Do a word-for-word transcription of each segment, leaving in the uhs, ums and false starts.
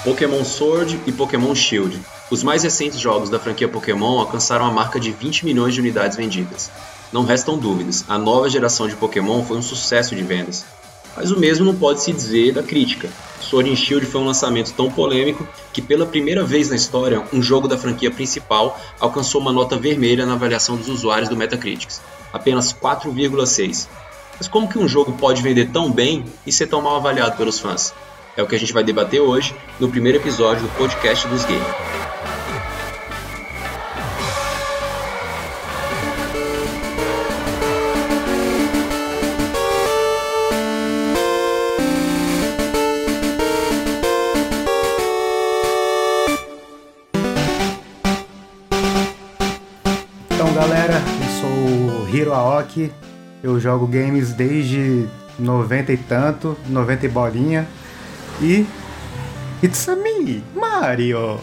Pokémon Sword e Pokémon Shield. Os mais recentes jogos da franquia Pokémon alcançaram a marca de vinte milhões de unidades vendidas. Não restam dúvidas, a nova geração de Pokémon foi um sucesso de vendas. Mas o mesmo não pode se dizer da crítica. Sword and Shield foi um lançamento tão polêmico que pela primeira vez na história, um jogo da franquia principal alcançou uma nota vermelha na avaliação dos usuários do Metacritic, apenas quatro vírgula seis. Mas como que um jogo pode vender tão bem e ser tão mal avaliado pelos fãs? É o que a gente vai debater hoje no primeiro episódio do podcast dos Games. Então galera, eu sou o Hiro Aoki, eu jogo games desde noventa e tanto, noventa e bolinha, e it's a me, Mario!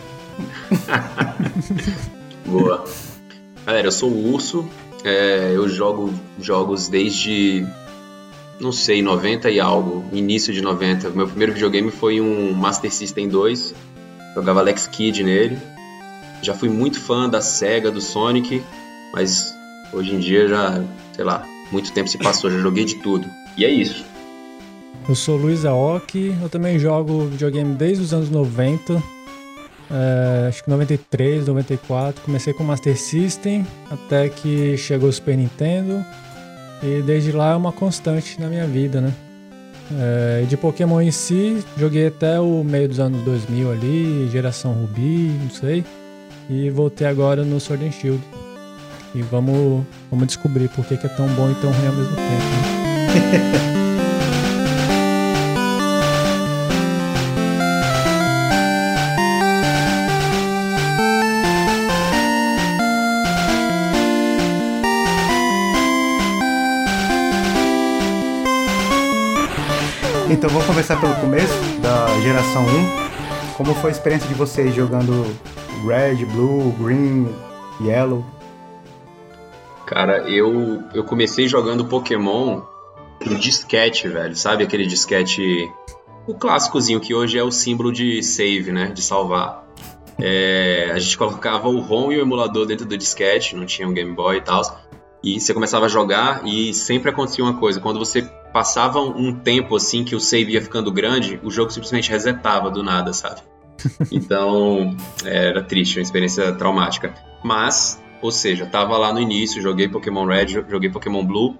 Boa! Galera, eu sou o Urso, é, eu jogo jogos desde, não sei, noventa e algo, início de noventa. Meu primeiro videogame foi um Master System dois, jogava Alex Kidd nele. Já fui muito fã da Sega, do Sonic, mas hoje em dia já, sei lá, muito tempo se passou, já joguei de tudo. E é isso. Eu sou o Luiz Aoki, eu também jogo videogame desde os anos noventa, é, acho que noventa e três, noventa e quatro, comecei com o Master System, até que chegou o Super Nintendo, e desde lá é uma constante na minha vida, né? É, de Pokémon em si, joguei até o meio dos anos dois mil ali, geração Ruby, não sei, e voltei agora no Sword and Shield. E vamos, vamos descobrir por que, que é tão bom e tão ruim ao mesmo tempo, né? Então vamos começar pelo começo da geração um. Como foi a experiência de vocês jogando Red, Blue, Green, Yellow? Cara, eu, eu comecei jogando Pokémon no disquete, velho. Sabe aquele disquete, o clássicozinho que hoje é o símbolo de save, né? De salvar. É, a gente colocava o ROM e o emulador dentro do disquete, não tinha um Game Boy e tal. E você começava a jogar e sempre acontecia uma coisa. Quando você passava um tempo assim que o save ia ficando grande, o jogo simplesmente resetava do nada, sabe? Então, era triste, uma experiência traumática. Mas, ou seja, tava lá no início, joguei Pokémon Red, joguei Pokémon Blue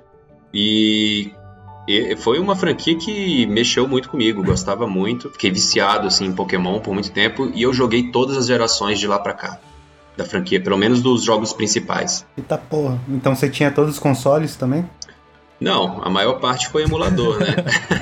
e, e foi uma franquia que mexeu muito comigo, gostava muito. Fiquei viciado assim, em Pokémon por muito tempo e eu joguei todas as gerações de lá pra cá da franquia, pelo menos dos jogos principais. Eita porra, então você tinha todos os consoles também? Não, a maior parte foi emulador, né?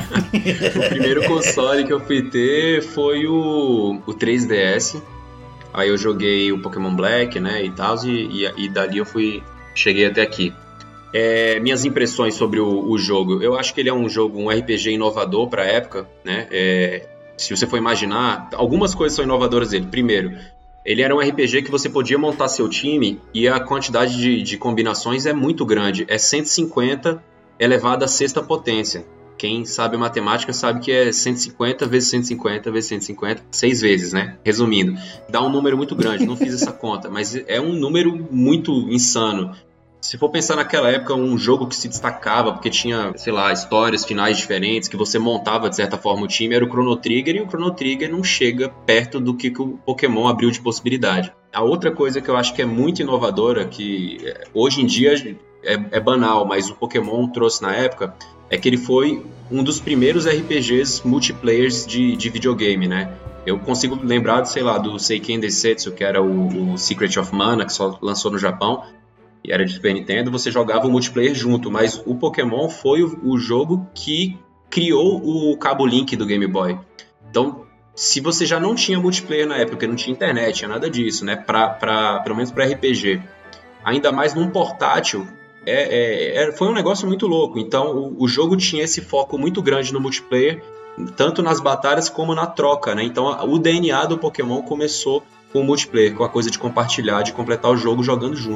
O primeiro console que eu fui ter foi o, o três D S. Aí eu joguei o Pokémon Black, né, e tal, e, e, e dali eu fui, cheguei até aqui. É, minhas impressões sobre o, o jogo. Eu acho que ele é um jogo, um R P G inovador para a época, né? É, se você for imaginar, algumas coisas são inovadoras dele. Primeiro, ele era um R P G que você podia montar seu time e a quantidade de, de combinações é muito grande. É cento e cinquenta elevado à sexta potência. Quem sabe matemática sabe que é cento e cinquenta vezes cento e cinquenta vezes cento e cinquenta, seis vezes, né? Resumindo, dá um número muito grande, não fiz essa conta, mas é um número muito insano. Se for pensar naquela época, um jogo que se destacava, porque tinha, sei lá, histórias, finais diferentes, que você montava de certa forma o time, era o Chrono Trigger, e o Chrono Trigger não chega perto do que o Pokémon abriu de possibilidade. A outra coisa que eu acho que é muito inovadora, que hoje em dia é, é banal, mas o Pokémon trouxe na época, é que ele foi um dos primeiros R P Gs multiplayers de, de videogame, né? Eu consigo lembrar, sei lá, do Seiken Densetsu, que era o, o Secret of Mana, que só lançou no Japão, e era de Super Nintendo, você jogava o multiplayer junto, mas o Pokémon foi o, o jogo que criou o cabo Link do Game Boy. Então, se você já não tinha multiplayer na época, não tinha internet, tinha nada disso, né? Pra, pra, pelo menos para R P G, ainda mais num portátil, é, é, é, foi um negócio muito louco. Então, o, o jogo tinha esse foco muito grande no multiplayer, tanto nas batalhas como na troca, né? Então, o D N A do Pokémon começou com o multiplayer, com a coisa de compartilhar, de completar o jogo jogando junto.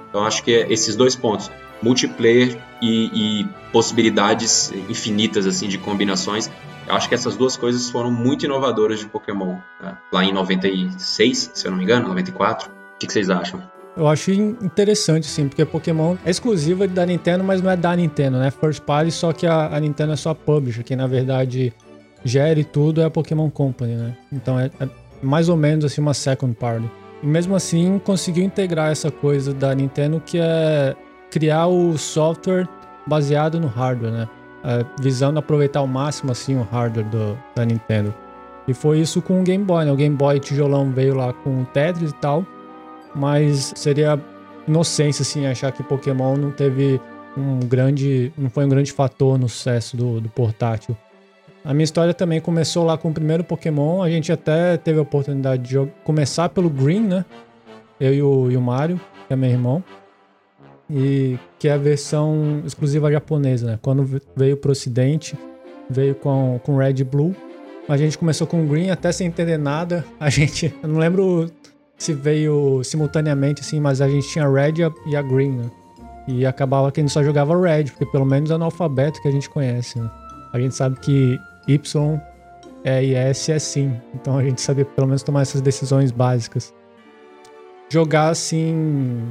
Então acho que é esses dois pontos, multiplayer e, e possibilidades infinitas assim de combinações. Eu acho que essas duas coisas foram muito inovadoras de Pokémon, né? Lá em noventa e seis, se eu não me engano, noventa e quatro. O que, que vocês acham? Eu acho interessante, sim, porque Pokémon é exclusiva da Nintendo, mas não é da Nintendo, né? First party, só que a, a Nintendo é só a publisher, que na verdade gera e tudo é a Pokémon Company, né? Então é, é mais ou menos assim uma second party. E mesmo assim conseguiu integrar essa coisa da Nintendo, que é criar o software baseado no hardware, né? É, visando aproveitar ao máximo assim o hardware do, da Nintendo. E foi isso com o Game Boy, né? O Game Boy tijolão veio lá com o Tetris e tal, mas seria inocência assim achar que Pokémon não teve um grande, não foi um grande fator no sucesso do, do portátil. A minha história também começou lá com o primeiro Pokémon. A gente até teve a oportunidade de começar pelo Green, né? Eu e o, e o Mario, que é meu irmão. E que é a versão exclusiva japonesa, né? Quando veio pro ocidente, veio com, com Red e Blue. A gente começou com o Green até sem entender nada. A gente, eu não lembro se veio simultaneamente, assim, mas a gente tinha a Red e a, e a Green, né? E acabava que a gente só jogava Red, porque pelo menos é no alfabeto que a gente conhece, né? A gente sabe que Y é e S é sim. Então a gente sabia pelo menos tomar essas decisões básicas. Jogar assim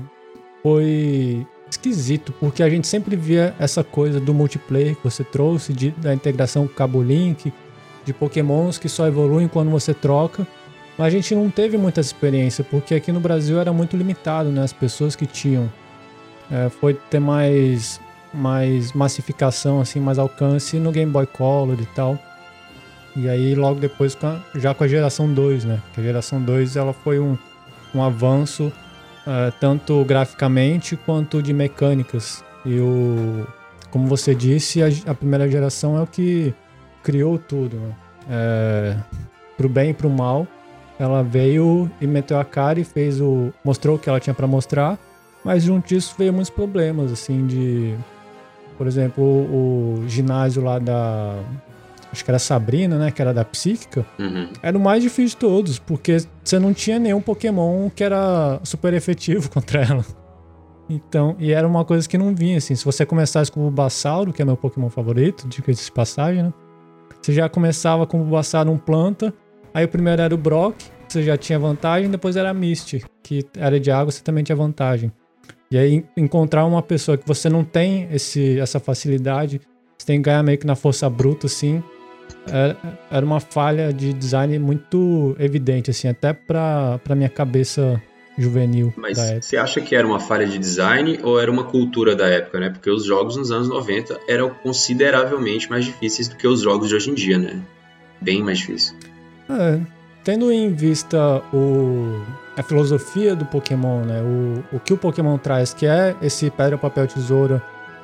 foi esquisito, porque a gente sempre via essa coisa do multiplayer que você trouxe, de, da integração com o Cabo Link, de Pokémons que só evoluem quando você troca. Mas a gente não teve muita experiência, porque aqui no Brasil era muito limitado, né? As pessoas que tinham. É, foi ter mais, mais massificação, assim, mais alcance no Game Boy Color e tal. E aí logo depois já com a geração dois, né? Que a geração dois ela foi um, um avanço uh, tanto graficamente quanto de mecânicas. E o, como você disse, a, a primeira geração é o que criou tudo, né? É, pro bem e pro mal, ela veio e meteu a cara e fez o, mostrou o que ela tinha para mostrar, mas junto disso veio muitos problemas, assim, de, por exemplo, o, o ginásio lá da, acho que era Sabrina, né, que era da Psíquica, uhum. Era o mais difícil de todos, porque você não tinha nenhum Pokémon que era super efetivo contra ela. Então, e era uma coisa que não vinha, assim, se você começasse com o Bulbasauro, que é meu Pokémon favorito, dica de passagem, né, você já começava com o Bulbasauro um planta, aí o primeiro era o Brock, você já tinha vantagem, depois era a Misty, que era de água, você também tinha vantagem. E aí encontrar uma pessoa que você não tem esse, essa facilidade, você tem que ganhar meio que na força bruta, assim, era, era uma falha de design muito evidente, assim, até pra, pra minha cabeça juvenil. Mas da época. Você acha que era uma falha de design ou era uma cultura da época, né? Porque os jogos nos anos noventa eram consideravelmente mais difíceis do que os jogos de hoje em dia, né? Bem mais difícil. É, tendo em vista o, a filosofia do Pokémon, né? O, o que o Pokémon traz, que é esse pedra, papel, tesoura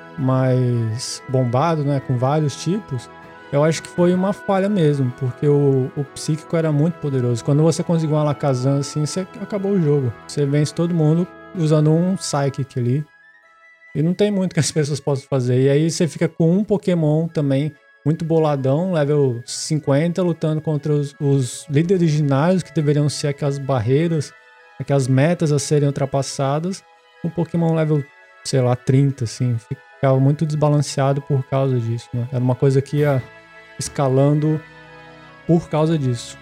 mais bombado, né? Com vários tipos, eu acho que foi uma falha mesmo, porque o, o psíquico era muito poderoso. Quando você conseguiu uma Alakazam assim, você acabou o jogo. Você vence todo mundo usando um Psychic ali. E não tem muito que as pessoas possam fazer. E aí você fica com um Pokémon também muito boladão, level cinquenta, lutando contra os, os líderes ginásios, que deveriam ser aquelas barreiras, aquelas metas a serem ultrapassadas. Um Pokémon level, sei lá, trinta, assim. Ficava muito desbalanceado por causa disso, né? Era uma coisa que ia escalando por causa disso.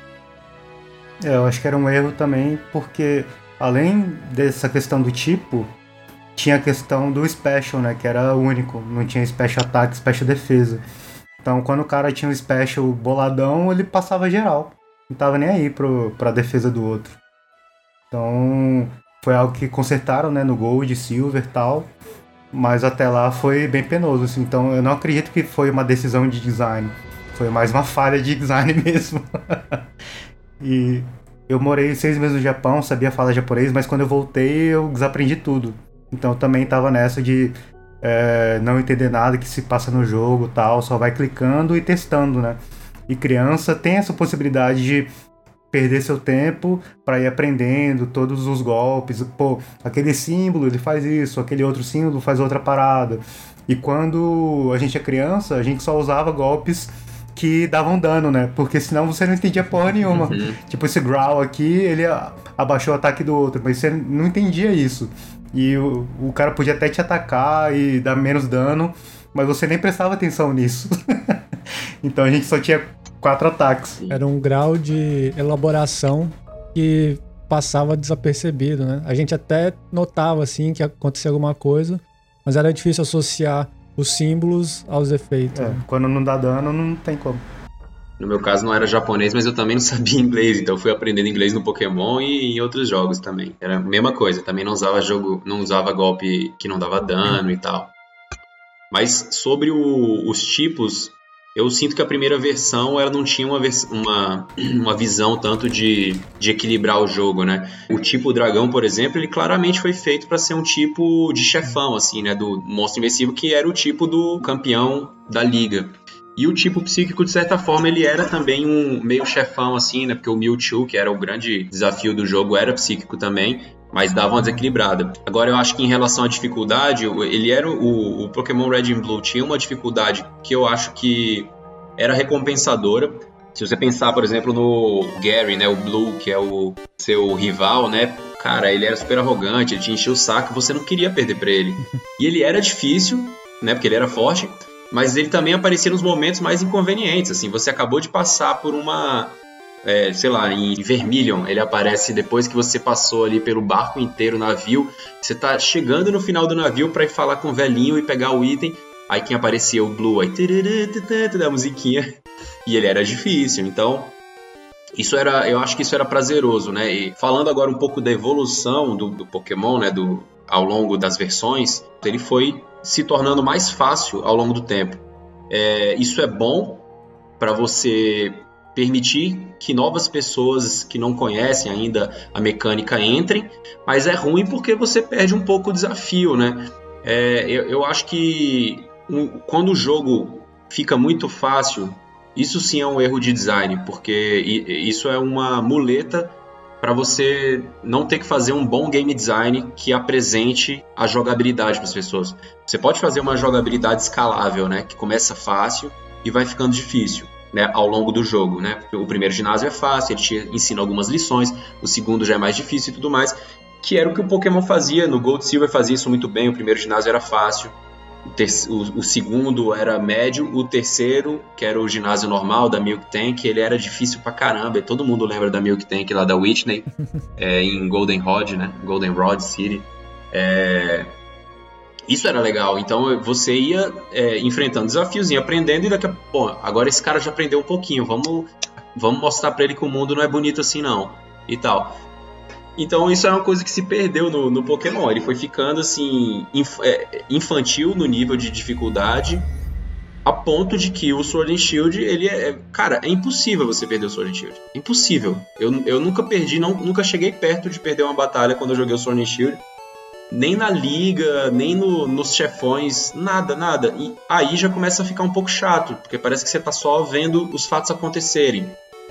É, eu acho que era um erro também, porque além dessa questão do tipo, tinha a questão do Special, né? Que era único, não tinha Special Ataque, Special Defesa. Então, quando o cara tinha um Special boladão, ele passava geral. Não tava nem aí pro, pra defesa do outro. Então, foi algo que consertaram, né? No Gold, Silver e tal. Mas até lá foi bem penoso, assim. Então, eu não acredito que foi uma decisão de design. Foi mais uma falha de design mesmo. E eu morei seis meses no Japão, sabia falar japonês, mas quando eu voltei, eu desaprendi tudo. Então, eu também tava nessa de... É, não entender nada que se passa no jogo, tal, só vai clicando e testando, né? E criança tem essa possibilidade de perder seu tempo para ir aprendendo todos os golpes. Pô, aquele símbolo ele faz isso, aquele outro símbolo faz outra parada. E quando a gente é criança, a gente só usava golpes que davam dano, né? Porque senão você não entendia porra nenhuma. Uhum. Tipo, esse Growl aqui, ele abaixou o ataque do outro, mas você não entendia isso. e o, o cara podia até te atacar e dar menos dano, mas você nem prestava atenção nisso. Então a gente só tinha quatro ataques. Era um grau de elaboração que passava desapercebido, né? A gente até notava, assim, que acontecia alguma coisa, mas era difícil associar os símbolos aos efeitos. É, né? Quando não dá dano, não tem como. No meu caso não era japonês, mas eu também não sabia inglês, então eu fui aprendendo inglês no Pokémon e em outros jogos também. Era a mesma coisa, também não usava jogo, não usava golpe que não dava dano e tal. Mas sobre o, os tipos, eu sinto que a primeira versão ela não tinha uma, vers- uma, uma visão tanto de, de equilibrar o jogo, né? O tipo dragão, por exemplo, ele claramente foi feito para ser um tipo de chefão, assim, né? Do monstro invencível, que era o tipo do campeão da liga. E o tipo psíquico, de certa forma, ele era também um meio chefão, assim, né? Porque o Mewtwo, que era o grande desafio do jogo, era psíquico também, mas dava uma desequilibrada. Agora, eu acho que em relação à dificuldade, ele era o, o Pokémon Red and Blue tinha uma dificuldade que eu acho que era recompensadora. Se você pensar, por exemplo, no Gary, né? O Blue, que é o seu rival, né? Cara, ele era super arrogante, ele te enchia o saco, você não queria perder pra ele. E ele era difícil, né? Porque ele era forte, mas ele também aparecia nos momentos mais inconvenientes, assim, você acabou de passar por uma, é, sei lá, em Vermilion, ele aparece depois que você passou ali pelo barco inteiro, navio, você tá chegando no final do navio pra ir falar com o velhinho e pegar o item, aí quem aparecia o Blue, aí da musiquinha, e ele era difícil, então isso era, eu acho que isso era prazeroso, né, e falando agora um pouco da evolução do, do Pokémon, né, do, ao longo das versões, ele foi se tornando mais fácil ao longo do tempo. É, isso é bom para você permitir que novas pessoas que não conhecem ainda a mecânica entrem, mas é ruim porque você perde um pouco o desafio, né? É, eu, eu acho que um, quando o jogo fica muito fácil, isso sim é um erro de design, porque isso é uma muleta para você não ter que fazer um bom game design que apresente a jogabilidade para as pessoas. Você pode fazer uma jogabilidade escalável, né, que começa fácil e vai ficando difícil, né, ao longo do jogo, né? O primeiro ginásio é fácil, ele te ensina algumas lições, o segundo já é mais difícil e tudo mais, que era o que o Pokémon fazia, no Gold Silver fazia isso muito bem, o primeiro ginásio era fácil, o, ter- o- o segundo era médio, o terceiro, que era o ginásio normal da Milk Tank, ele era difícil pra caramba, e todo mundo lembra da Milk Tank lá da Whitney, é, em Golden Rod, né, Golden Rod City. É, isso era legal, então você ia é, enfrentando desafios, ia aprendendo, e daqui a pouco, agora esse cara já aprendeu um pouquinho, vamos, vamos mostrar pra ele que o mundo não é bonito assim não, e tal. Então isso é uma coisa que se perdeu no, no Pokémon, ele foi ficando assim inf- é, infantil no nível de dificuldade, a ponto de que o Sword and Shield, ele é, é- cara, é impossível você perder o Sword and Shield, impossível, eu, eu nunca perdi, não, nunca cheguei perto de perder uma batalha quando eu joguei o Sword and Shield, nem na liga, nem no- nos chefões, nada, nada, e aí já começa a ficar um pouco chato, porque parece que você tá só vendo os fatos acontecerem.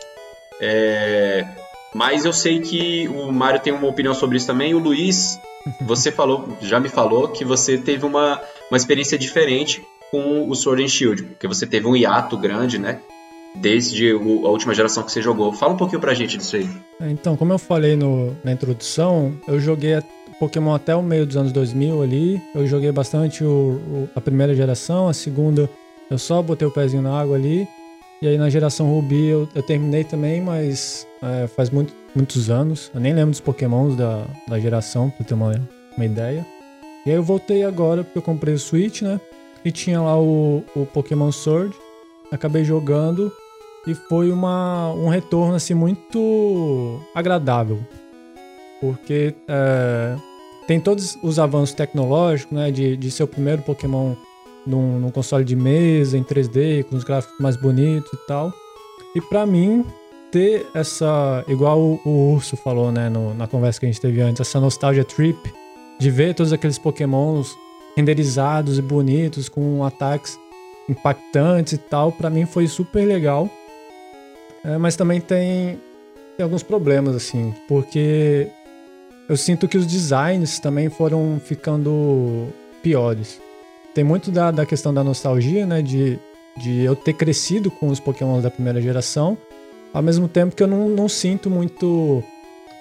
É, Mas eu sei que o Mário tem uma opinião sobre isso também. O Luiz, você falou, já me falou que você teve uma, uma experiência diferente com o Sword and Shield, porque você teve um hiato grande, né? Desde o- a última geração que você jogou. Fala um pouquinho pra gente disso aí. É, Então, como eu falei no- na introdução, eu joguei a- Pokémon até o meio dos anos dois mil ali. Eu joguei bastante o- o- a primeira geração, a segunda eu só botei o pezinho na água ali. E aí na geração Ruby eu, eu terminei também, mas é, faz muito- muitos anos. Eu nem lembro dos Pokémons da, da geração, pra ter uma, uma ideia. E aí eu voltei agora porque eu comprei o Switch, né? E tinha lá o, o Pokémon Sword. Acabei jogando e foi uma, um retorno assim muito agradável. Porque é, tem todos os avanços tecnológicos, né? De, de ser o primeiro Pokémon num, num console de mesa, em três D, com os gráficos mais bonitos e tal. E pra mim, ter essa, igual o, o Urso falou, né, no- na conversa que a gente teve antes, essa nostalgia trip, de ver todos aqueles Pokémons renderizados e bonitos, com ataques impactantes e tal, pra mim foi super legal. É, mas também tem, tem alguns problemas, assim, porque eu sinto que os designs também foram ficando piores. Tem muito da, da questão da nostalgia, né? De, de eu ter crescido com os Pokémons da primeira geração, ao mesmo tempo que eu não, não sinto muito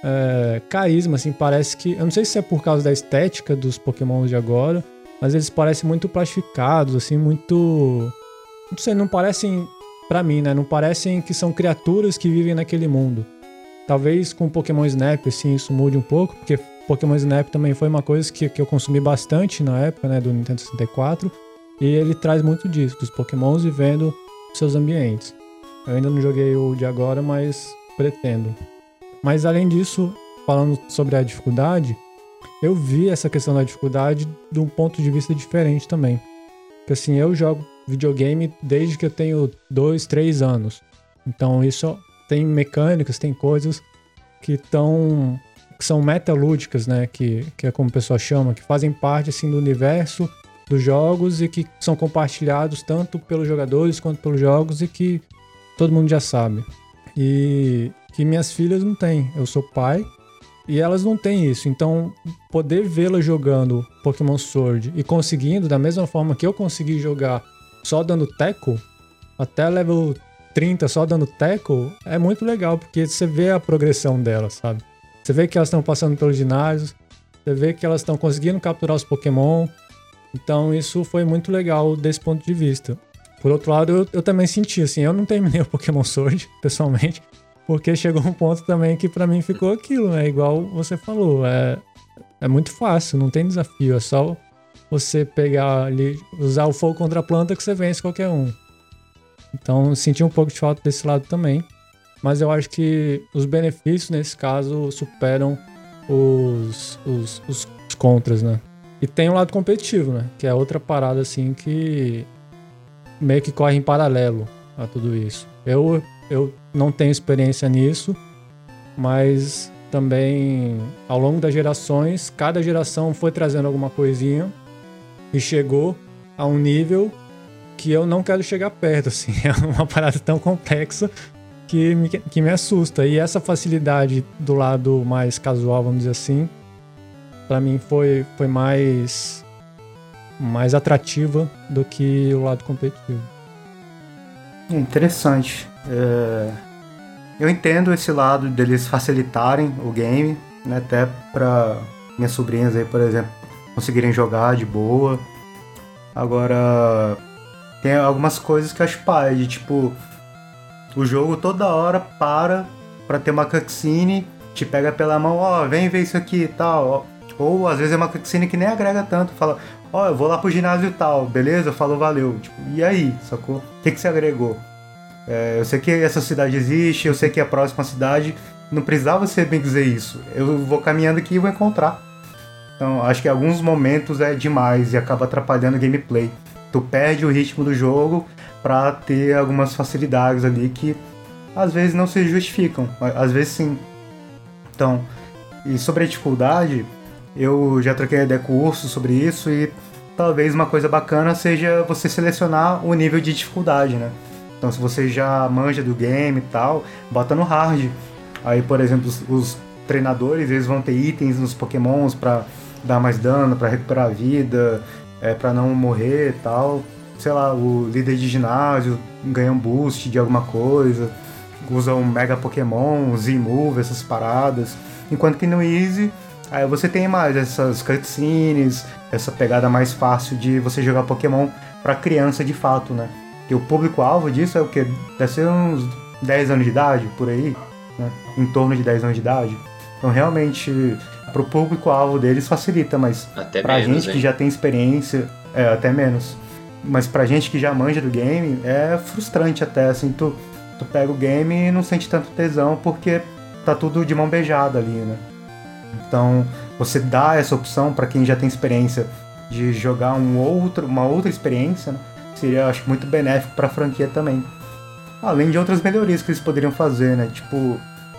é, carisma, assim, parece que... Eu não sei se é por causa da estética dos Pokémons de agora, mas eles parecem muito plastificados, assim, muito... Não sei, não parecem, pra mim, né? Não parecem que são criaturas que vivem naquele mundo. Talvez com o Pokémon Snap, assim, isso mude um pouco, porque Pokémon Snap também foi uma coisa que, que eu consumi bastante na época, né, do Nintendo sessenta e quatro, e ele traz muito disso, dos Pokémons vivendo seus ambientes. Eu ainda não joguei o de agora, mas pretendo. Mas além disso, falando sobre a dificuldade, eu vi essa questão da dificuldade de um ponto de vista diferente também. Porque assim, eu jogo videogame desde que eu tenho dois, três anos. Então isso tem mecânicas, tem coisas que estão... que são metalúdicas, né, que, que é como o pessoal chama, que fazem parte assim, do universo dos jogos e que são compartilhados tanto pelos jogadores quanto pelos jogos e que todo mundo já sabe. E que minhas filhas não têm. Eu sou pai e elas não têm isso. Então, poder vê-las jogando Pokémon Sword e conseguindo, da mesma forma que eu consegui jogar só dando teco, até level trinta só dando teco, é muito legal, porque você vê a progressão delas, sabe? Você vê que elas estão passando pelos ginásios, você vê que elas estão conseguindo capturar os Pokémon. Então isso foi muito legal desse ponto de vista. Por outro lado, eu, eu também senti, assim, eu não terminei o Pokémon Sword, pessoalmente, porque chegou um ponto também que pra mim ficou aquilo, né? Igual você falou, é, é muito fácil, não tem desafio, é só você pegar ali, usar o fogo contra a planta que você vence qualquer um. Então eu senti um pouco de falta desse lado também. Mas eu acho que os benefícios, nesse caso, superam os, os, os contras, né? E tem um lado competitivo, né? Que é outra parada, assim, que meio que corre em paralelo a tudo isso. Eu, eu não tenho experiência nisso, mas também, ao longo das gerações, cada geração foi trazendo alguma coisinha e chegou a um nível que eu não quero chegar perto, assim. É uma parada tão complexa que me, que me assusta. E essa facilidade do lado mais casual, vamos dizer assim, pra mim foi, foi mais, mais atrativa do que o lado competitivo. Interessante. É... Eu entendo esse lado deles facilitarem o game, né, até pra minhas sobrinhas aí, por exemplo, conseguirem jogar de boa. Agora, tem algumas coisas que eu acho pai, de tipo... O jogo toda hora para pra ter uma cutscene, te pega pela mão, ó, oh, vem ver isso aqui e tal. Ou às vezes é uma cutscene que nem agrega tanto, fala, ó, oh, eu vou lá pro ginásio e tal, beleza? Falou, valeu. Tipo, e aí, sacou? O que, que você agregou? É, eu sei que essa cidade existe, eu sei que é a próxima cidade, não precisava você me dizer isso. Eu vou caminhando aqui e vou encontrar. Então, acho que em alguns momentos é demais e acaba atrapalhando o gameplay. Tu perde o ritmo do jogo pra ter algumas facilidades ali que às vezes não se justificam, às vezes sim. Então, e sobre a dificuldade, eu já troquei ideia com o Urso sobre isso e talvez uma coisa bacana seja você selecionar o nível de dificuldade, né? Então, se você já manja do game e tal, bota no hard. Aí, por exemplo, os, os treinadores, eles vão ter itens nos Pokémons pra dar mais dano, pra recuperar a vida, é, pra não morrer e tal. Sei lá, o líder de ginásio ganha um boost de alguma coisa, usa um Mega Pokémon, Z-Move, essas paradas. Enquanto que no Easy, aí você tem mais essas cutscenes, essa pegada mais fácil de você jogar Pokémon pra criança de fato, né? E o público-alvo disso é o quê? Deve ser uns dez anos de idade, por aí, né? Em torno de dez anos de idade. Então, realmente, pro público-alvo deles facilita, mas até pra menos, gente hein? que já tem experiência, é, até menos. Mas pra gente que já manja do game, é frustrante até, assim, tu, tu pega o game e não sente tanto tesão, porque tá tudo de mão beijada ali, né? Então, você dá essa opção pra quem já tem experiência de jogar um outro, uma outra experiência, né? Seria, acho, muito benéfico pra franquia também. Além de outras melhorias que eles poderiam fazer, né? Tipo,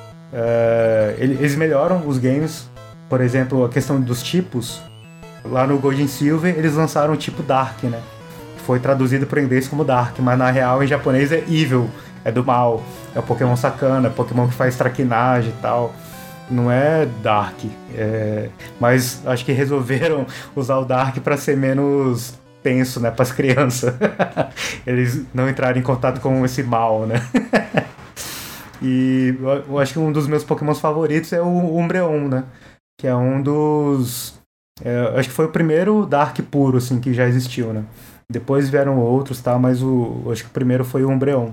é, eles melhoram os games, por exemplo, a questão dos tipos. Lá no Gold and Silver, eles lançaram o tipo Dark, né? Foi traduzido para o inglês como Dark, mas na real em japonês é Evil, é do mal, é o Pokémon sacana, Pokémon que faz traquinagem e tal, não é Dark, é... mas acho que resolveram usar o Dark para ser menos tenso, né, para as crianças, eles não entrarem em contato com esse mal, né. E eu acho que um dos meus Pokémons favoritos é o Umbreon, né? Que é um dos... É, acho que foi o primeiro Dark puro, assim, que já existiu, né? Depois vieram outros, tá? Mas o, acho que o primeiro foi o Umbreon.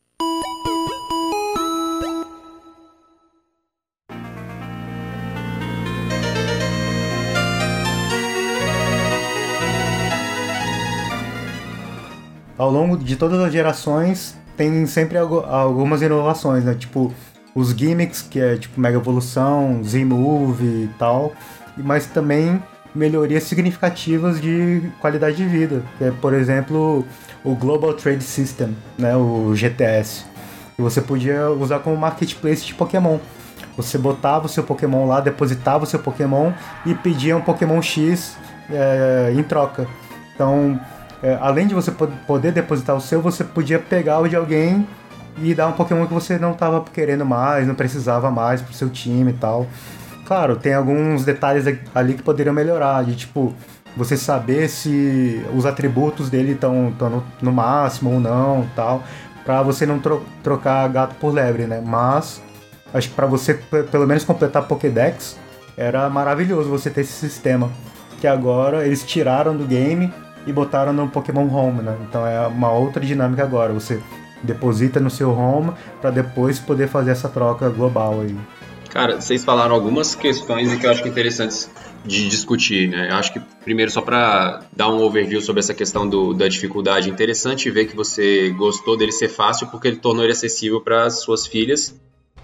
Ao longo de todas as gerações, tem sempre algumas inovações, né? Tipo, os gimmicks, que é tipo Mega Evolução, Z-Move e tal, mas também melhorias significativas de qualidade de vida, que é, por exemplo, o Global Trade System, né? O G T S, que você podia usar como marketplace de Pokémon. Você botava o seu Pokémon lá, depositava o seu Pokémon e pedia um Pokémon X é, em troca. Então... É, além de você poder depositar o seu, você podia pegar o de alguém e dar um Pokémon que você não estava querendo mais, não precisava mais pro seu time e tal. Claro, tem alguns detalhes ali que poderiam melhorar, de tipo, você saber se os atributos dele estão no, no máximo ou não, tal, para você não tro- trocar gato por lebre, né? Mas acho que para você p- pelo menos completar Pokédex, era maravilhoso você ter esse sistema, que agora eles tiraram do game e botaram no Pokémon Home, né? Então é uma outra dinâmica agora. Você deposita no seu Home para depois poder fazer essa troca global aí. Cara, vocês falaram algumas questões que eu acho que interessantes de discutir, né? Eu acho que, primeiro, só para dar um overview sobre essa questão do, da dificuldade, interessante ver que você gostou dele ser fácil porque ele tornou ele acessível para as suas filhas.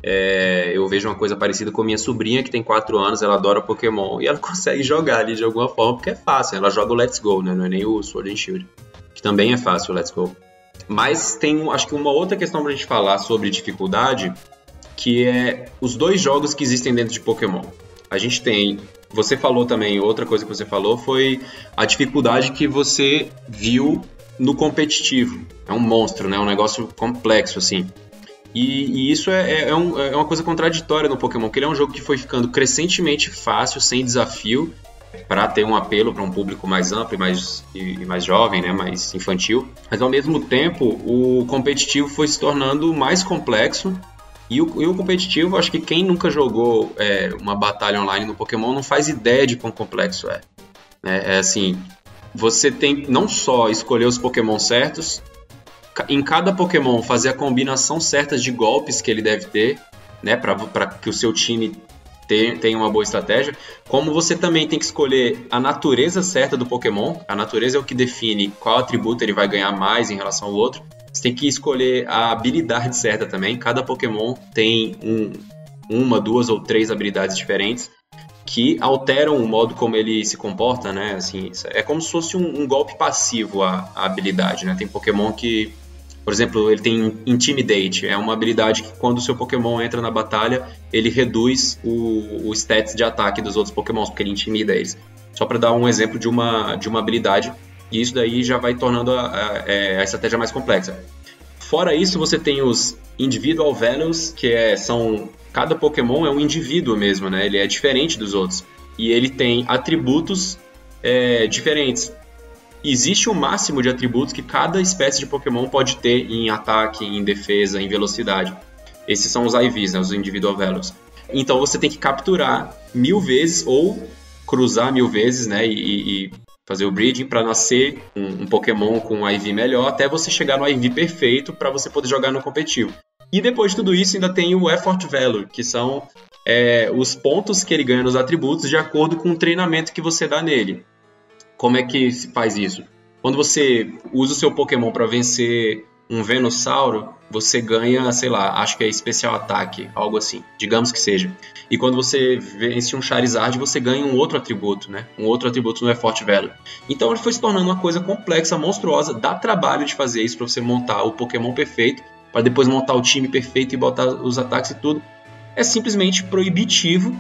É, eu vejo uma coisa parecida com minha sobrinha, que tem quatro anos, ela adora Pokémon e ela consegue jogar ali de alguma forma porque é fácil, ela joga o Let's Go, né? Não é nem o Sword and Shield, que também é fácil o Let's Go. Mas tem, acho que uma outra questão pra gente falar sobre dificuldade, que é os dois jogos que existem dentro de Pokémon. A gente tem, você falou também, outra coisa que você falou foi a dificuldade que você viu no competitivo. É um monstro, né? Um negócio complexo, assim. E, e isso é, é, um, é uma coisa contraditória no Pokémon, que ele é um jogo que foi ficando crescentemente fácil, sem desafio, para ter um apelo para um público mais amplo e mais, e mais jovem, né, mais infantil. Mas, ao mesmo tempo, o competitivo foi se tornando mais complexo. E o, e o competitivo, acho que quem nunca jogou é, uma batalha online no Pokémon não faz ideia de quão complexo é. É, é assim, você tem não só escolher os Pokémon certos, em cada Pokémon fazer a combinação certa de golpes que ele deve ter, né, para que o seu time tenha, tenha uma boa estratégia, como você também tem que escolher a natureza certa do Pokémon. A natureza é o que define qual atributo ele vai ganhar mais em relação ao outro. Você tem que escolher a habilidade certa também. Cada Pokémon tem um, uma, duas ou três habilidades diferentes que alteram o modo como ele se comporta, né? Assim, é como se fosse um, um golpe passivo a, a habilidade, né? Tem Pokémon que, por exemplo, ele tem Intimidate. É uma habilidade que quando o seu Pokémon entra na batalha, ele reduz o, o stats de ataque dos outros Pokémons, porque ele intimida eles. Só para dar um exemplo de uma, de uma habilidade. E isso daí já vai tornando a, a, a estratégia mais complexa. Fora isso, você tem os Individual Values, que é, são... Cada Pokémon é um indivíduo mesmo, né? Ele é diferente dos outros. E ele tem atributos é, diferentes. Existe um máximo de atributos que cada espécie de Pokémon pode ter em ataque, em defesa, em velocidade. Esses são os I Vs, né? Os Individual Values. Então você tem que capturar mil vezes ou cruzar mil vezes, né? E, e fazer o breeding para nascer um, um Pokémon com um I V melhor, até você chegar no I V perfeito para você poder jogar no competitivo. E depois de tudo isso ainda tem o Effort Value, que são é, os pontos que ele ganha nos atributos de acordo com o treinamento que você dá nele. Como é que se faz isso? Quando você usa o seu Pokémon para vencer um Venusaur, você ganha, sei lá, acho que é especial ataque, algo assim, digamos que seja. E quando você vence um Charizard, você ganha um outro atributo, né? Um outro atributo no Effort Value. Então ele foi se tornando uma coisa complexa, monstruosa, dá trabalho de fazer isso para você montar o Pokémon perfeito, para depois montar o time perfeito e botar os ataques e tudo. É simplesmente proibitivo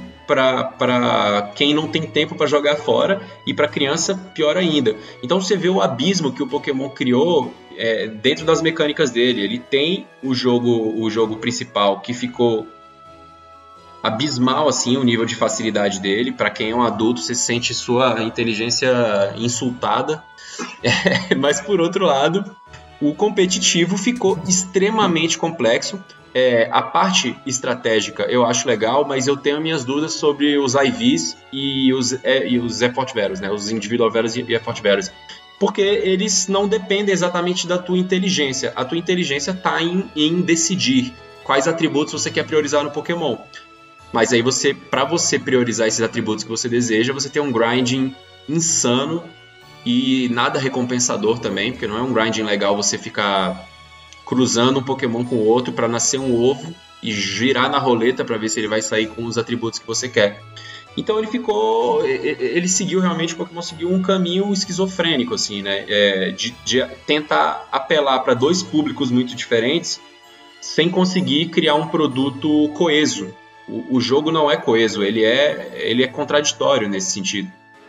para quem não tem tempo para jogar fora, e para criança pior ainda. Então você vê o abismo que o Pokémon criou é, dentro das mecânicas dele. Ele tem o jogo, o jogo principal, que ficou abismal assim, o nível de facilidade dele. Para quem é um adulto, você sente sua inteligência insultada. É, mas por outro lado, O competitivo ficou extremamente complexo. É, a parte estratégica eu acho legal, mas eu tenho minhas dúvidas sobre os I Vs e os, é, e os Effort Values, né? Os Individual Values e Effort Values. Porque eles não dependem exatamente da tua inteligência. A tua inteligência está em, em decidir quais atributos você quer priorizar no Pokémon. Mas aí você, para você priorizar esses atributos que você deseja, você tem um grinding insano e nada recompensador também, porque não é um grinding legal você ficar cruzando um Pokémon com o outro para nascer um ovo e girar na roleta para ver se ele vai sair com os atributos que você quer. Então ele ficou, ele seguiu realmente, o Pokémon seguiu um caminho esquizofrênico, assim, né? É, de, de tentar apelar para dois públicos muito diferentes sem conseguir criar um produto coeso. O, o jogo não é coeso, ele é, ele é contraditório nesse sentido.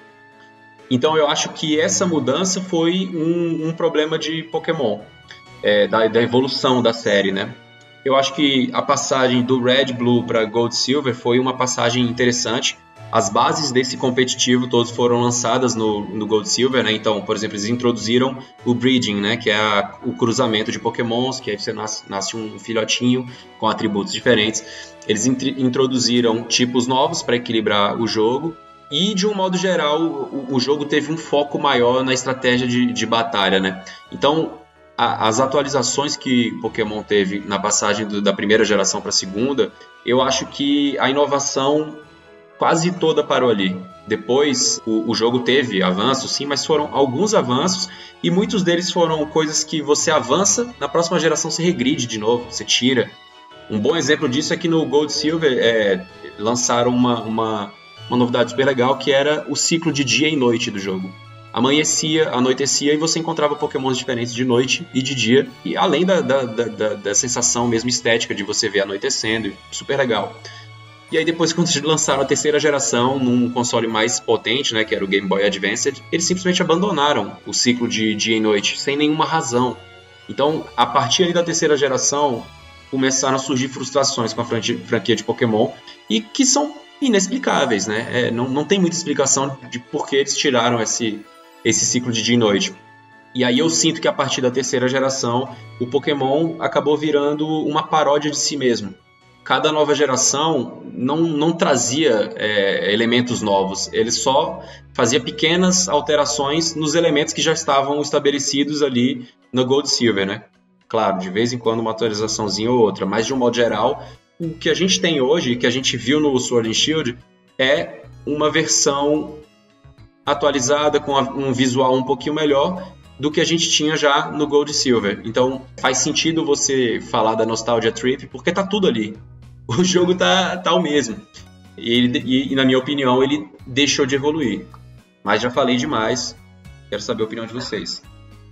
Então eu acho que essa mudança foi um, um problema de Pokémon. É, da, da evolução da série, né? Eu acho que a passagem do Red Blue para Gold Silver foi uma passagem interessante. As bases desse competitivo todos foram lançadas no, no Gold Silver, né? Então, por exemplo, eles introduziram o breeding, né? Que é a, o cruzamento de Pokémons, que aí você nasce, nasce um filhotinho com atributos diferentes. Eles int- introduziram tipos novos para equilibrar o jogo. E, de um modo geral, o, o jogo teve um foco maior na estratégia de, de batalha, né? Então, as atualizações que Pokémon teve na passagem do, da primeira geração para a segunda, eu acho que a inovação quase toda parou ali. Depois, o, o jogo teve avanços, sim, mas foram alguns avanços e muitos deles foram coisas que você avança, na próxima geração você regride de novo, você tira. Um bom exemplo disso é que no Gold Silver é, lançaram uma, uma, uma novidade super legal, que era o ciclo de dia e noite do jogo. Amanhecia, anoitecia e você encontrava Pokémons diferentes de noite e de dia. E além da, da, da, da sensação mesmo estética de você ver anoitecendo, super legal. E aí depois, quando lançaram a terceira geração, num console mais potente, né, que era o Game Boy Advance, eles simplesmente abandonaram o ciclo de dia e noite, sem nenhuma razão. Então, a partir ali da terceira geração, começaram a surgir frustrações com a franquia de Pokémon, e que são inexplicáveis, né? É, não, não tem muita explicação de por que eles tiraram esse... esse ciclo de dia e noite. E aí eu sinto que a partir da terceira geração, o Pokémon acabou virando uma paródia de si mesmo. Cada nova geração não, não trazia é, elementos novos, ele só fazia pequenas alterações nos elementos que já estavam estabelecidos ali no Gold Silver, né? Claro, de vez em quando uma atualizaçãozinha ou outra, mas de um modo geral, o que a gente tem hoje, que a gente viu no Sword and Shield, é uma versão atualizada, com um visual um pouquinho melhor do que a gente tinha já no Gold e Silver. Então faz sentido você falar da Nostalgia Trip, porque tá tudo ali. O jogo tá, tá o mesmo. E, ele, e, e na minha opinião ele deixou de evoluir. Mas já falei demais, quero saber a opinião de vocês.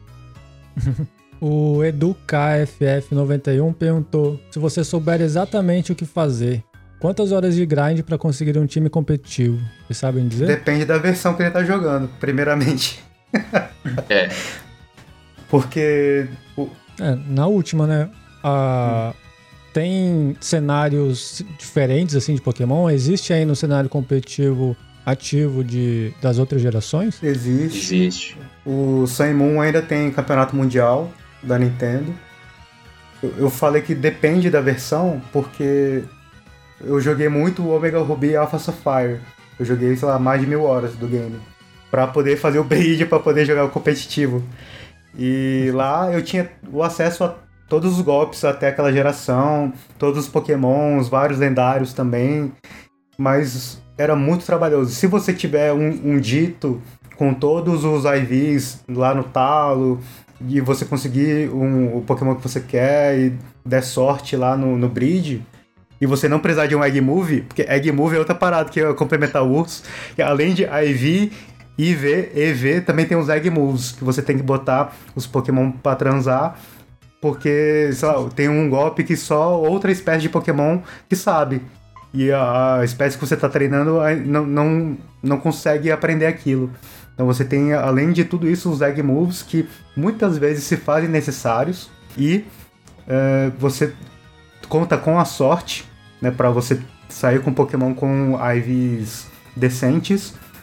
O Edu K F F noventa e um perguntou: se você souber exatamente o que fazer, quantas horas de grind para conseguir um time competitivo? Vocês sabem dizer? Depende da versão que ele tá jogando, primeiramente. É. Porque... É, na última, né? A... Hum. Tem cenários diferentes, assim, de Pokémon? Existe aí no cenário competitivo ativo de... das outras gerações? Existe. Existe. O Sun e Moon ainda tem campeonato mundial da Nintendo. Eu, eu falei que depende da versão, porque... eu joguei muito o Omega Ruby e Alpha Sapphire. Eu joguei, sei lá, mais de mil horas do game. Pra poder fazer o breed, pra poder jogar o competitivo. E lá eu tinha o acesso a todos os golpes até aquela geração, todos os pokémons, vários lendários também. Mas era muito trabalhoso. Se você tiver um, um dito com todos os I Vs lá no talo, e você conseguir um, o Pokémon que você quer e der sorte lá no, no breed... e você não precisar de um Egg Move, porque Egg Move é outra parada que é complementar o urso, que além de I V, I V, E V, também tem os Egg Moves, que você tem que botar os Pokémon pra transar, porque, sei lá, tem um golpe que só outra espécie de Pokémon que sabe, e a, a espécie que você tá treinando não, não, não consegue aprender aquilo. Então você tem, além de tudo isso, os Egg Moves, que muitas vezes se fazem necessários, e uh, você conta com a sorte, né, para você sair com Pokémon com I Vs decentes,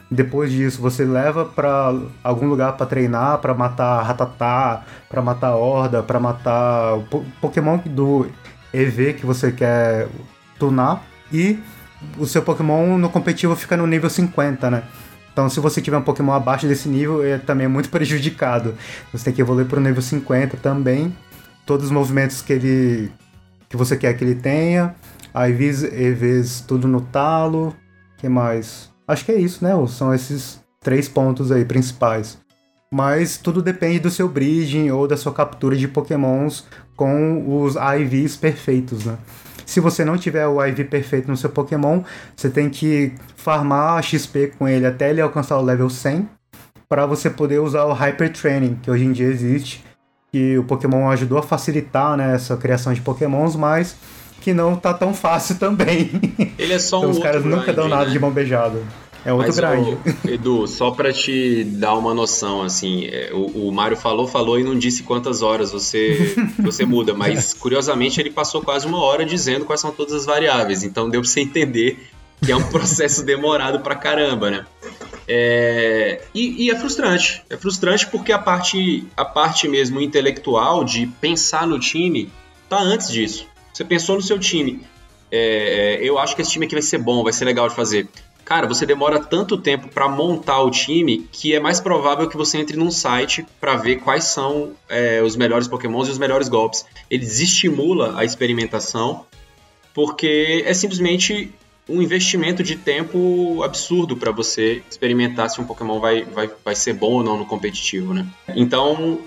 Depois disso, você leva pra algum lugar pra treinar, pra matar Rattata, pra matar Horda, pra matar o po- Pokémon do E V que você quer tunar. E o seu Pokémon no competitivo fica no nível cinquenta, né? Então, se você tiver um Pokémon abaixo desse nível, é também é muito prejudicado. Você tem que evoluir pro nível cinquenta também. Todos os movimentos que ele que você quer que ele tenha. I Vs, E Vs, tudo no talo. O que mais? Acho que é isso, né? São esses três pontos aí principais. Mas tudo depende do seu breeding ou da sua captura de Pokémons com os I Vs perfeitos, né? Se você não tiver o I V perfeito no seu Pokémon, você tem que farmar X P com ele até ele alcançar o level cem, para você poder usar o Hyper Training, que hoje em dia existe, que o Pokémon ajudou a facilitar, né, essa criação de Pokémons, mas que não tá tão fácil também. Ele é só um então, os outro caras nunca grind, dão nada né? de mão beijada. É outro Mas, grind. ô, Edu, só pra te dar uma noção, assim, é, o, o Mário falou, falou e não disse quantas horas você, você muda, mas curiosamente ele passou quase uma hora dizendo quais são todas as variáveis, então deu pra você entender que é um processo demorado pra caramba, né? É, e, e é frustrante, é frustrante porque a parte, a parte mesmo intelectual de pensar no time tá antes disso. Você pensou no seu time, é, eu acho que esse time aqui vai ser bom, vai ser legal de fazer. Cara, você demora tanto tempo para montar o time que é mais provável que você entre num site para ver quais são é, os melhores Pokémons e os melhores golpes. Ele desestimula a experimentação porque é simplesmente um investimento de tempo absurdo para você experimentar se um Pokémon vai, vai, vai ser bom ou não no competitivo, né? Então,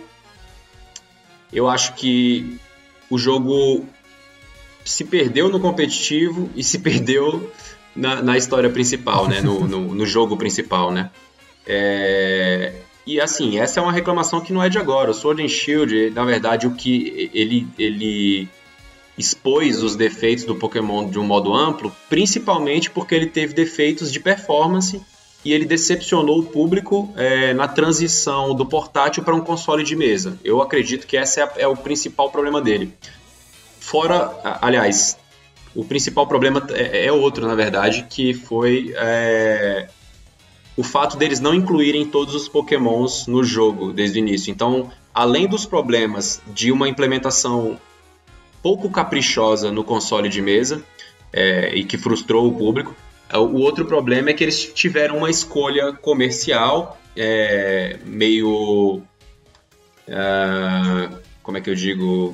eu acho que o jogo se perdeu no competitivo e se perdeu Na, na história principal, né? No, no, no jogo principal, né? É... E assim, essa é uma reclamação que não é de agora. O Sword and Shield, na verdade, o que ele, ele expôs os defeitos do Pokémon de um modo amplo, principalmente porque ele teve defeitos de performance e ele decepcionou o público é, na transição do portátil para um console de mesa. Eu acredito que esse é, é o principal problema dele. Fora, aliás... O principal problema é, é outro, na verdade, que foi é, o fato deles não incluírem todos os Pokémons no jogo desde o início. Então, além dos problemas de uma implementação pouco caprichosa no console de mesa é, e que frustrou o público, o outro problema é que eles tiveram uma escolha comercial é, meio... Uh, como é que eu digo...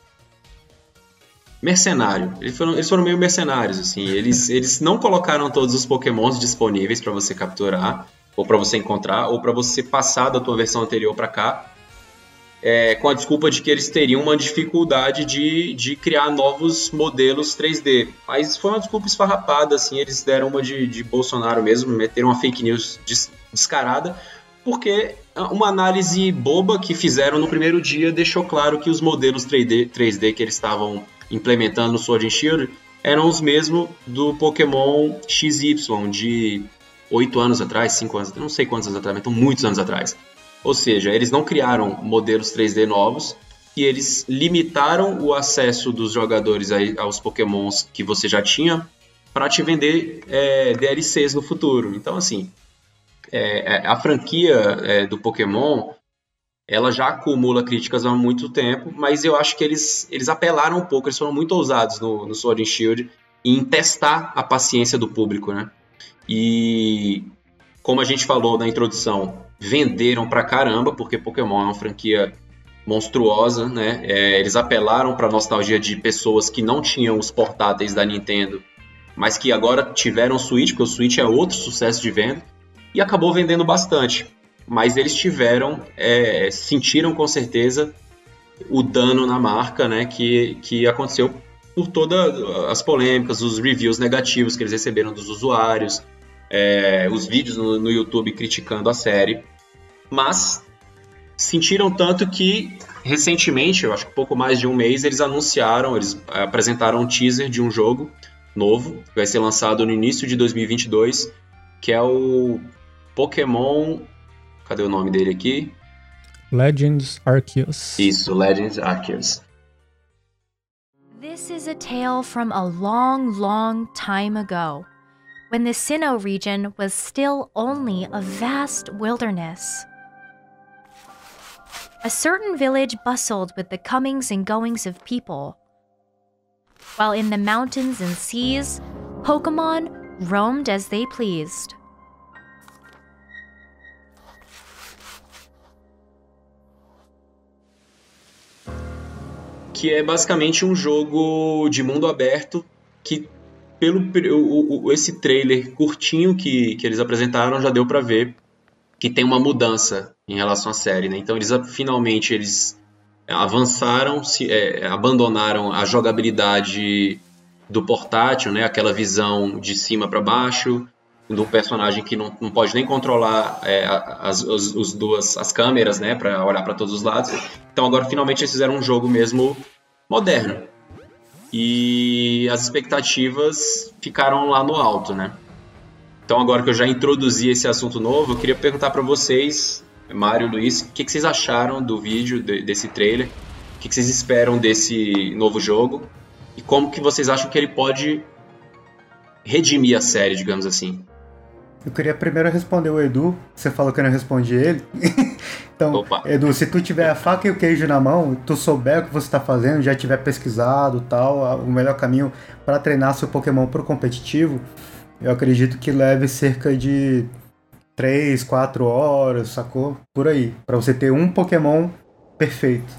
mercenário. Eles foram, eles foram meio mercenários, assim. Eles, eles não colocaram todos os Pokémons disponíveis para você capturar, ou para você encontrar, ou para você passar da tua versão anterior para cá, é, com a desculpa de que eles teriam uma dificuldade de, de criar novos modelos três D. Mas foi uma desculpa esfarrapada, assim. Eles deram uma de, de Bolsonaro mesmo, meteram uma fake news des, descarada, porque uma análise boba que fizeram no primeiro dia deixou claro que os modelos três D, três D que eles estavam implementando no Sword and Shield eram os mesmos do Pokémon X Y de oito anos atrás, cinco anos, não sei quantos anos atrás, mas estão muitos anos atrás. Ou seja, eles não criaram modelos três D novos e eles limitaram o acesso dos jogadores aí aos Pokémons que você já tinha para te vender é, D L Cs no futuro. Então, assim, é, a franquia é, do Pokémon... ela já acumula críticas há muito tempo, mas eu acho que eles, eles apelaram um pouco, eles foram muito ousados no, no Sword and Shield em testar a paciência do público, né? E, como a gente falou na introdução, venderam pra caramba, porque Pokémon é uma franquia monstruosa, né? É, eles apelaram pra nostalgia de pessoas que não tinham os portáteis da Nintendo, mas que agora tiveram o Switch, porque o Switch é outro sucesso de venda, e acabou vendendo bastante. Mas eles tiveram, é, sentiram com certeza o dano na marca, né, que, que aconteceu por todas as polêmicas, os reviews negativos que eles receberam dos usuários, é, os vídeos no, no YouTube criticando a série. Mas sentiram tanto que, recentemente, eu acho que pouco mais de um mês, eles anunciaram, eles apresentaram um teaser de um jogo novo, que vai ser lançado no início de dois mil e vinte e dois, que é o Pokémon... Cadê o nome dele aqui? Legends Arceus. Isso, Legends Arceus. This is a tale from a long, long time ago. when the Sinnoh region was still only a vast wilderness. A certain village bustled with the comings and goings of people, while in the mountains and seas, Pokémon roamed as they pleased. Que é basicamente um jogo de mundo aberto que, pelo o, o, esse trailer curtinho que, que eles apresentaram, já deu pra ver que tem uma mudança em relação à série, né? Então eles finalmente eles avançaram, se, é, abandonaram a jogabilidade do portátil, né? Aquela visão de cima para baixo, de um personagem que não, não pode nem controlar é, as, as, as duas as câmeras, né? Para olhar para todos os lados. Então agora finalmente eles fizeram um jogo mesmo moderno. E as expectativas ficaram lá no alto, né? Então agora que eu já introduzi esse assunto novo, eu queria perguntar para vocês, Mário, Luiz, o que, que vocês acharam do vídeo, de, desse trailer? O que, que vocês esperam desse novo jogo? E como que vocês acham que ele pode redimir a série, digamos assim? Eu queria primeiro responder o Edu. Você falou que eu não respondi ele. Então, opa. Edu, se tu tiver a faca e o queijo na mão, tu souber o que você está fazendo, já tiver pesquisado tal, o melhor caminho para treinar seu Pokémon pro competitivo, eu acredito que leve cerca de três, quatro horas, sacou? Por aí, para você ter um Pokémon perfeito.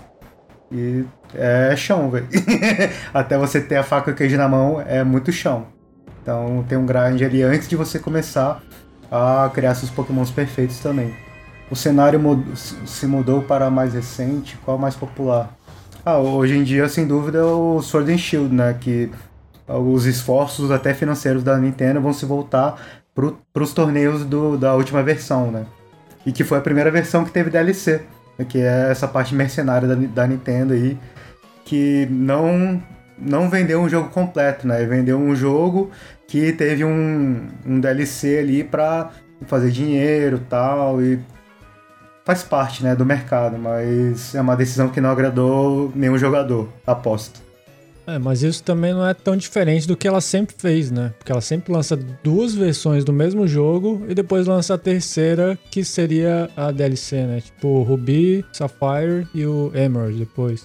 E é chão, velho. Até você ter a faca e o queijo na mão é muito chão. Então tem um grind ali antes de você começar a criar seus Pokémons perfeitos também. O cenário mud- se mudou para mais recente, qual é o mais popular? Ah, hoje em dia, sem dúvida, é o Sword and Shield, né? Que os esforços até financeiros da Nintendo vão se voltar para os torneios do, da última versão, né? E que foi a primeira versão que teve D L C, né? Que é essa parte mercenária da, da Nintendo aí, que não, não vendeu um jogo completo, né? Vendeu um jogo que teve um, um D L C ali para fazer dinheiro e tal, e faz parte, né, do mercado, mas é uma decisão que não agradou nenhum jogador, aposto. É, mas isso também não é tão diferente do que ela sempre fez, né? Porque ela sempre lança duas versões do mesmo jogo e depois lança a terceira, que seria a D L C, né? Tipo o Ruby, Sapphire e o Emerald depois.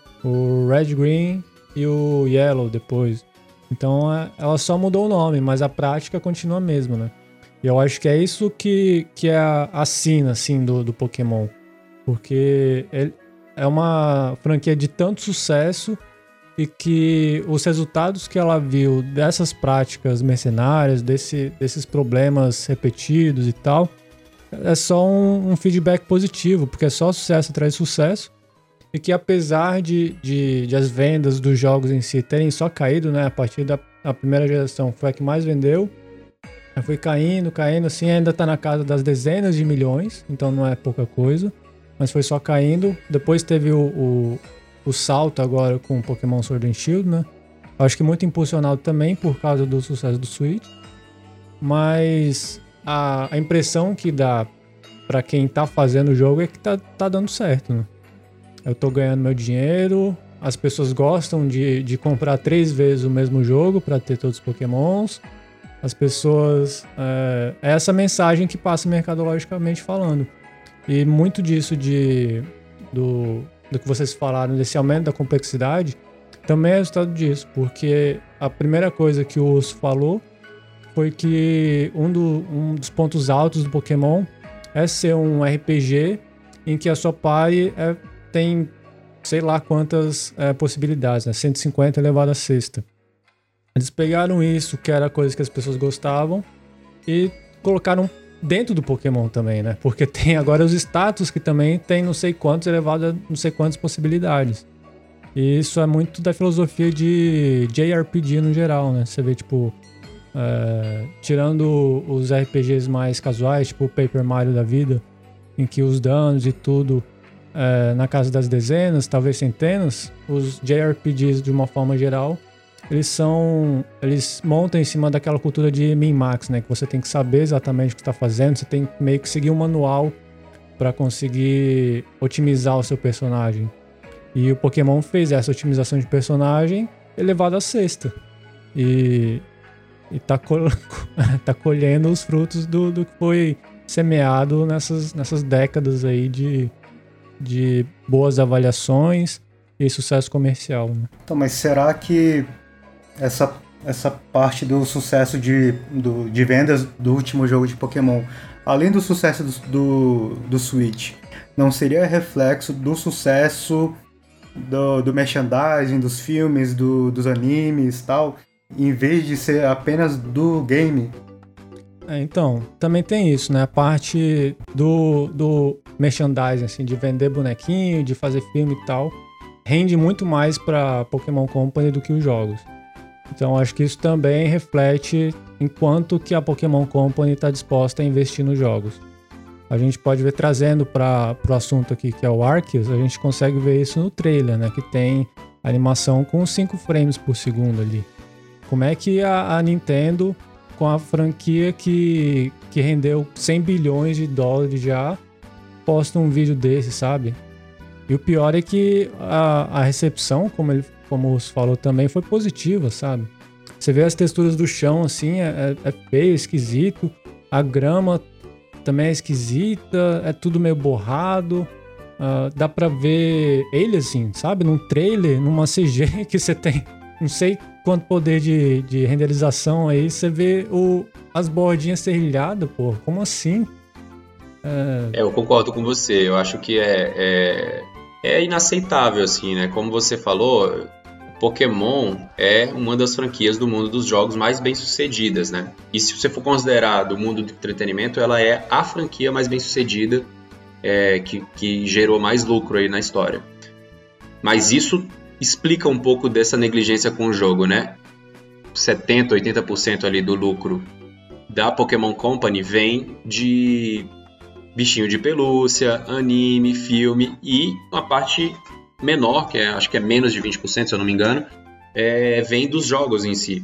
O Red, Green e o Yellow depois. Então ela só mudou o nome, mas a prática continua a mesma, né? E eu acho que é isso que, que é a, a sina, assim, do, do Pokémon. Porque ele é uma franquia de tanto sucesso e que os resultados que ela viu dessas práticas mercenárias, desse, desses problemas repetidos e tal, é só um, um feedback positivo, porque é só sucesso atrás de sucesso. E que apesar de, de, de as vendas dos jogos em si terem só caído, né, a partir da, da primeira geração foi a que mais vendeu, foi caindo, caindo, assim, ainda tá na casa das dezenas de milhões, então não é pouca coisa, mas foi só caindo. Depois teve o, o, o salto agora com o Pokémon Sword and Shield, né, acho que muito impulsionado também por causa do sucesso do Switch, mas a, a impressão que dá pra quem tá fazendo o jogo é que tá, tá dando certo, né. Eu tô ganhando meu dinheiro, as pessoas gostam de, de comprar três vezes o mesmo jogo para ter todos os Pokémons. As pessoas... É, é essa mensagem que passa mercadologicamente falando. E muito disso de, do, do que vocês falaram, desse aumento da complexidade, também é resultado disso. Porque a primeira coisa que o Osso falou foi que um, do, um dos pontos altos do Pokémon é ser um R P G em que a sua party é... tem sei lá quantas é, possibilidades, né? cento e cinquenta elevado a sexta. Eles pegaram isso, que era coisa que as pessoas gostavam, e colocaram dentro do Pokémon também, né? Porque tem agora os status que também tem não sei quantos elevado a não sei quantas possibilidades. E isso é muito da filosofia de J R P G no geral, né? Você vê, tipo, é, tirando os R P Gs mais casuais, tipo o Paper Mario da vida, em que os danos e tudo É, na casa das dezenas, talvez centenas, os J R P Gs de uma forma geral, eles são, eles montam em cima daquela cultura de min-max, né? Que você tem que saber exatamente o que está fazendo, você tem que meio que seguir um manual para conseguir otimizar o seu personagem. E o Pokémon fez essa otimização de personagem elevada a sexta. E e tá, col- tá colhendo os frutos do, do que foi semeado nessas, nessas décadas aí de, de boas avaliações e sucesso comercial, né? Então, mas será que essa, essa parte do sucesso de, do, de vendas do último jogo de Pokémon, além do sucesso do, do, do Switch, não seria reflexo do sucesso do, do merchandising, dos filmes, do, dos animes e tal, em vez de ser apenas do game? É, então, também tem isso, né? A parte do, do merchandising, assim, de vender bonequinho, de fazer filme e tal, rende muito mais para Pokémon Company do que os jogos. Então, acho que isso também reflete em quanto que a Pokémon Company está disposta a investir nos jogos. A gente pode ver, trazendo para o assunto aqui, que é o Arceus, a gente consegue ver isso no trailer, né? Que tem animação com cinco frames por segundo ali. Como é que a, a Nintendo, com a franquia que, que rendeu cem bilhões de dólares já, posta um vídeo desse, sabe? E o pior é que a, a recepção, como ele como você falou também, foi positiva, sabe? Você vê as texturas do chão, assim, é, é feio, esquisito. A grama também é esquisita, é tudo meio borrado. Uh, dá pra ver ele, assim, sabe? Num trailer, numa C G que você tem não sei quanto poder de, de renderização aí, você vê o, as bordinhas serrilhadas, pô. Como assim? É... é, eu concordo com você. Eu acho que é, é, é inaceitável, assim, né? Como você falou, Pokémon é uma das franquias do mundo dos jogos mais bem-sucedidas, né? E se você for considerar do mundo do entretenimento, ela é a franquia mais bem-sucedida, é, que, que gerou mais lucro aí na história. Mas isso explica um pouco dessa negligência com o jogo, né? setenta, oitenta por cento ali do lucro da Pokémon Company vem de bichinho de pelúcia, anime, filme, e uma parte menor, que é, acho que é menos de vinte por cento, se eu não me engano, é, vem dos jogos em si.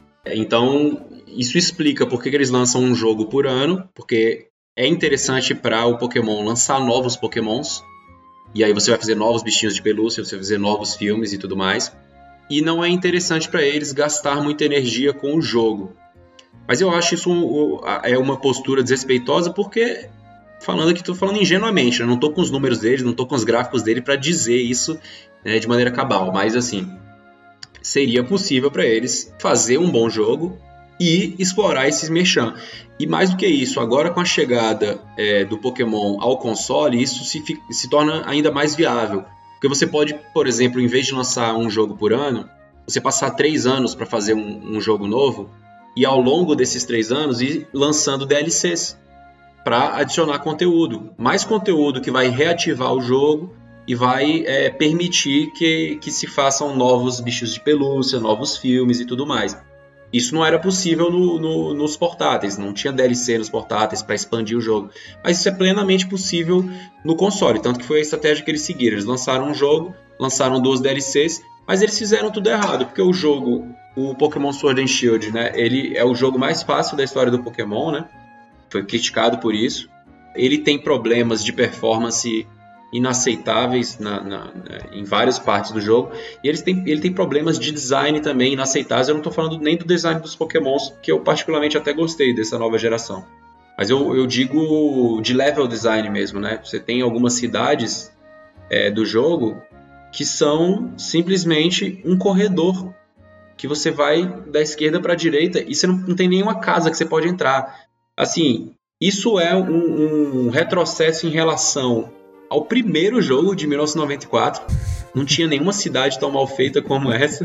Então, isso explica por que eles lançam um jogo por ano, porque é interessante para o Pokémon lançar novos Pokémons, e aí você vai fazer novos bichinhos de pelúcia, você vai fazer novos filmes e tudo mais. E não é interessante para eles gastar muita energia com o jogo. Mas eu acho isso um, é uma postura desrespeitosa, porque, falando aqui, estou falando ingenuamente, eu não estou com os números dele, não estou com os gráficos dele para dizer isso, né, de maneira cabal. Mas assim, seria possível para eles fazer um bom jogo e explorar esses merchan. E mais do que isso, agora com a chegada é, do Pokémon ao console, isso se, se torna ainda mais viável. Porque você pode, por exemplo, em vez de lançar um jogo por ano, você passar três anos para fazer um, um jogo novo, e ao longo desses três anos ir lançando D L Cs para adicionar conteúdo. Mais conteúdo que vai reativar o jogo e vai é, permitir que, que se façam novos bichos de pelúcia, novos filmes e tudo mais. Isso não era possível no, no, nos portáteis, não tinha D L C nos portáteis para expandir o jogo. Mas isso é plenamente possível no console, tanto que foi a estratégia que eles seguiram. Eles lançaram um jogo, lançaram duas D L Cs, mas eles fizeram tudo errado, porque o jogo, o Pokémon Sword and Shield, né, ele é o jogo mais fácil da história do Pokémon, né? Foi criticado por isso. Ele tem problemas de performance inaceitáveis na, na, em várias partes do jogo, e eles têm, ele tem problemas de design também inaceitáveis. Eu não estou falando nem do design dos Pokémons, que eu particularmente até gostei dessa nova geração, mas eu, eu digo de level design mesmo, né? Você tem algumas cidades é, do jogo que são simplesmente um corredor que você vai da esquerda para a direita e você não, não tem nenhuma casa que você pode entrar. Assim, isso é um, um retrocesso em relação ao primeiro jogo de mil novecentos e noventa e quatro. Não tinha nenhuma cidade tão mal feita como essa.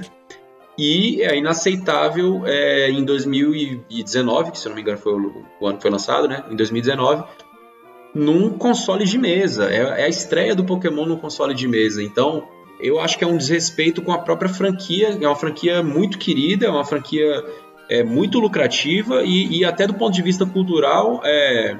E é inaceitável é, em dois mil e dezenove, que se eu não me engano foi o, o ano que foi lançado, né? Em dois mil e dezenove, num console de mesa. É, é a estreia do Pokémon no console de mesa. Então, eu acho que é um desrespeito com a própria franquia. É uma franquia muito querida, é uma franquia é, muito lucrativa e, e até do ponto de vista cultural... É,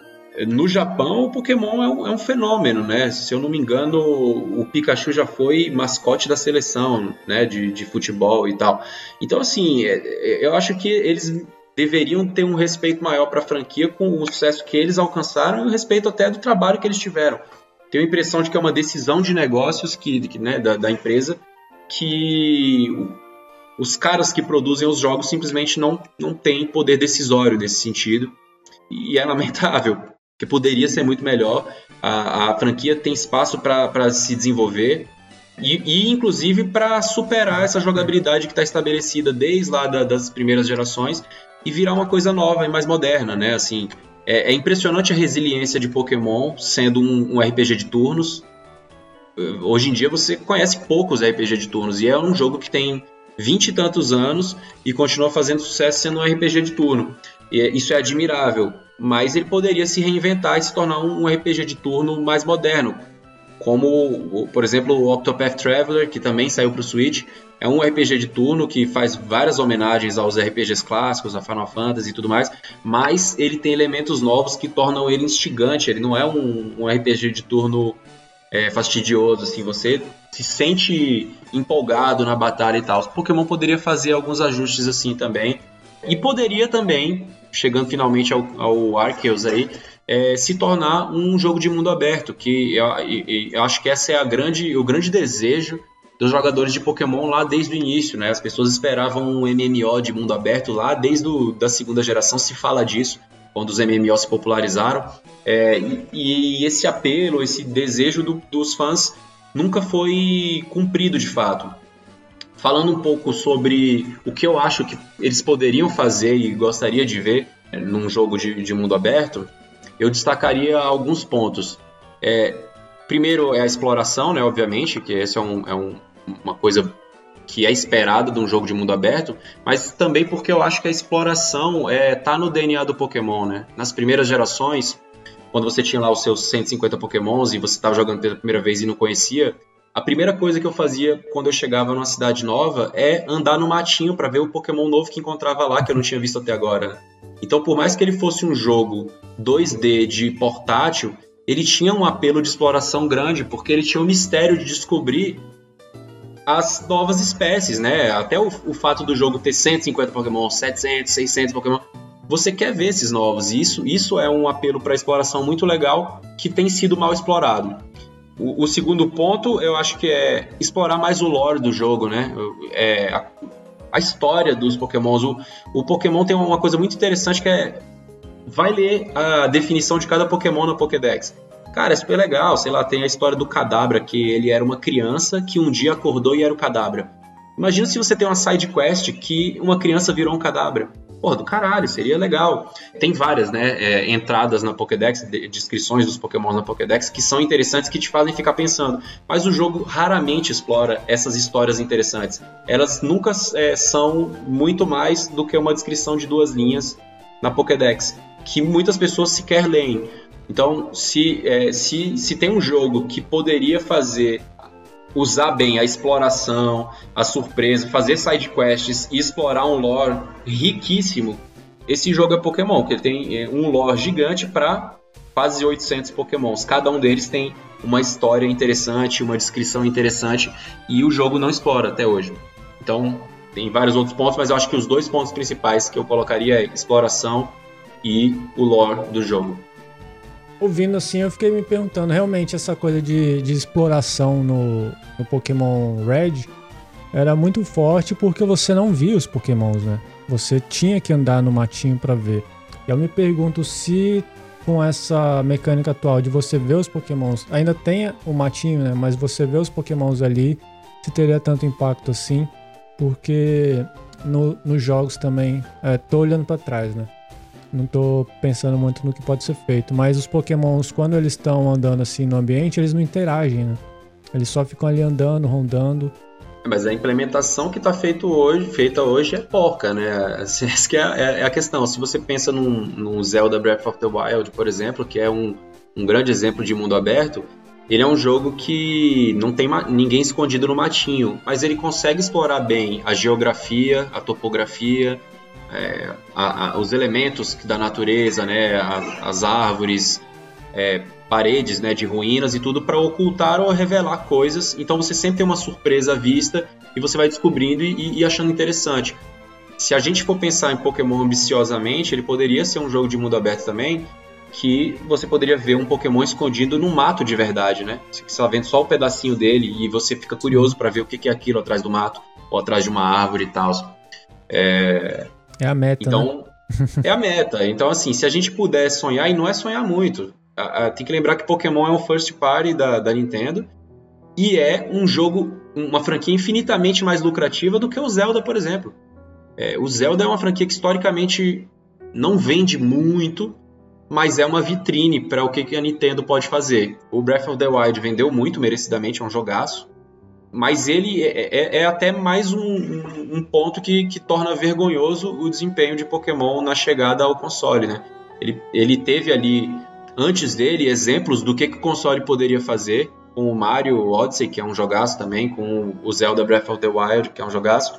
no Japão, o Pokémon é um, é um fenômeno, né? Se eu não me engano, o, o Pikachu já foi mascote da seleção, né? De, de futebol e tal. Então, assim, é, é, eu acho que eles deveriam ter um respeito maior para a franquia com o sucesso que eles alcançaram e o respeito até do trabalho que eles tiveram. Tenho a impressão de que é uma decisão de negócios que, que, né, da, da empresa que os caras que produzem os jogos simplesmente não, não têm poder decisório nesse sentido. E é lamentável, porque poderia ser muito melhor. A, a franquia tem espaço para se desenvolver e, e inclusive, para superar essa jogabilidade que está estabelecida desde lá da, das primeiras gerações e virar uma coisa nova e mais moderna, né? Assim, é, é impressionante a resiliência de Pokémon sendo um, um R P G de turnos. Hoje em dia você conhece poucos R P G de turnos e é um jogo que tem vinte e tantos anos e continua fazendo sucesso sendo um R P G de turno. E isso é admirável, mas ele poderia se reinventar e se tornar um R P G de turno mais moderno, como, por exemplo, o Octopath Traveler, que também saiu para o Switch. É um R P G de turno que faz várias homenagens aos R P Gs clássicos, a Final Fantasy e tudo mais, mas ele tem elementos novos que tornam ele instigante. Ele não é um, um R P G de turno é, fastidioso, assim, você se sente empolgado na batalha e tal. O Pokémon poderia fazer alguns ajustes assim também, e poderia também, chegando finalmente ao, ao Arceus aí, é, se tornar um jogo de mundo aberto, que eu, eu, eu acho que esse é a grande, o grande desejo dos jogadores de Pokémon lá desde o início, né? As pessoas esperavam um M M O de mundo aberto lá desde a da segunda geração, se fala disso, quando os M M Os se popularizaram, é, e, e esse apelo, esse desejo do, dos fãs nunca foi cumprido de fato. Falando um pouco sobre o que eu acho que eles poderiam fazer e gostaria de ver num jogo de, de mundo aberto, eu destacaria alguns pontos. É, primeiro é a exploração, né, obviamente, que essa é, um, é um, uma coisa que é esperada de um jogo de mundo aberto, mas também porque eu acho que a exploração é, tá no D N A do Pokémon, né? Nas primeiras gerações, quando você tinha lá os seus cento e cinquenta Pokémons e você estava jogando pela primeira vez e não conhecia, a primeira coisa que eu fazia quando eu chegava numa cidade nova é andar no matinho para ver o Pokémon novo que encontrava lá, que eu não tinha visto até agora. Então, por mais que ele fosse um jogo dois D de portátil, ele tinha um apelo de exploração grande, porque ele tinha o mistério de descobrir as novas espécies, né? Até o, o fato do jogo ter cento e cinquenta Pokémon, setecentos, seiscentos Pokémon, você quer ver esses novos. E isso, isso é um apelo para exploração muito legal, que tem sido mal explorado. O, o segundo ponto, eu acho que é explorar mais o lore do jogo, né? É, a, a história dos Pokémons. O, o Pokémon tem uma coisa muito interessante que é... vai ler a definição de cada Pokémon na Pokédex. Cara, é super legal, sei lá, tem a história do Kadabra, que ele era uma criança que um dia acordou e era o Kadabra. Imagina se você tem uma side quest que uma criança virou um Kadabra. Pô, do caralho, seria legal. Tem várias, né, é, entradas na Pokédex, de, descrições dos Pokémon na Pokédex, que são interessantes, que te fazem ficar pensando. Mas o jogo raramente explora essas histórias interessantes. Elas nunca é, são muito mais do que uma descrição de duas linhas na Pokédex, que muitas pessoas sequer leem. Então, se, é, se, se tem um jogo que poderia fazer, usar bem a exploração, a surpresa, fazer side quests e explorar um lore riquíssimo, esse jogo é Pokémon, que ele tem um lore gigante para quase oitocentos Pokémons. Cada um deles tem uma história interessante, uma descrição interessante, e o jogo não explora até hoje. Então, tem vários outros pontos, mas eu acho que os dois pontos principais que eu colocaria é exploração e o lore do jogo. Ouvindo assim, eu fiquei me perguntando, realmente essa coisa de, de exploração no, no Pokémon Red era muito forte porque você não via os Pokémons, né? Você tinha que andar no matinho para ver. E eu me pergunto se com essa mecânica atual de você ver os Pokémons, ainda tem o matinho, né? Mas você vê os Pokémons ali, se teria tanto impacto assim, porque no, nos jogos também, é, tô olhando para trás, né? Não tô pensando muito no que pode ser feito, mas os Pokémons, quando eles estão andando assim no ambiente, eles não interagem, né? Eles só ficam ali andando, rondando. Mas a implementação que está feita hoje, feita hoje é porca, né? Essa que é, é a questão. Se você pensa num, num Zelda Breath of the Wild, por exemplo, que é um, um grande exemplo de mundo aberto, ele é um jogo que não tem ninguém escondido no matinho, mas ele consegue explorar bem a geografia, a topografia, É, a, a, os elementos da natureza, né, a, as árvores, é, paredes, né, de ruínas e tudo, para ocultar ou revelar coisas. Então você sempre tem uma surpresa à vista e você vai descobrindo e, e achando interessante. Se a gente for pensar em Pokémon ambiciosamente, ele poderia ser um jogo de mundo aberto também, que você poderia ver um Pokémon escondido num mato de verdade, né? Você está vendo só um pedacinho dele e você fica curioso para ver o que é aquilo atrás do mato ou atrás de uma árvore e tal. É... é a meta, então, né? É a meta. Então, assim, se a gente puder sonhar, e não é sonhar muito, a, a, tem que lembrar que Pokémon é um first party da, da Nintendo e é um jogo, uma franquia infinitamente mais lucrativa do que o Zelda, por exemplo. É, o Zelda é uma franquia que historicamente não vende muito, mas é uma vitrine para o que, que a Nintendo pode fazer. O Breath of the Wild vendeu muito, merecidamente, é um jogaço, mas ele é, é, é até mais um, um, um ponto que, que torna vergonhoso o desempenho de Pokémon na chegada ao console, né? Ele, ele teve ali, antes dele, exemplos do que, que o console poderia fazer, com o Mario Odyssey, que é um jogaço também, com o Zelda Breath of the Wild, que é um jogaço,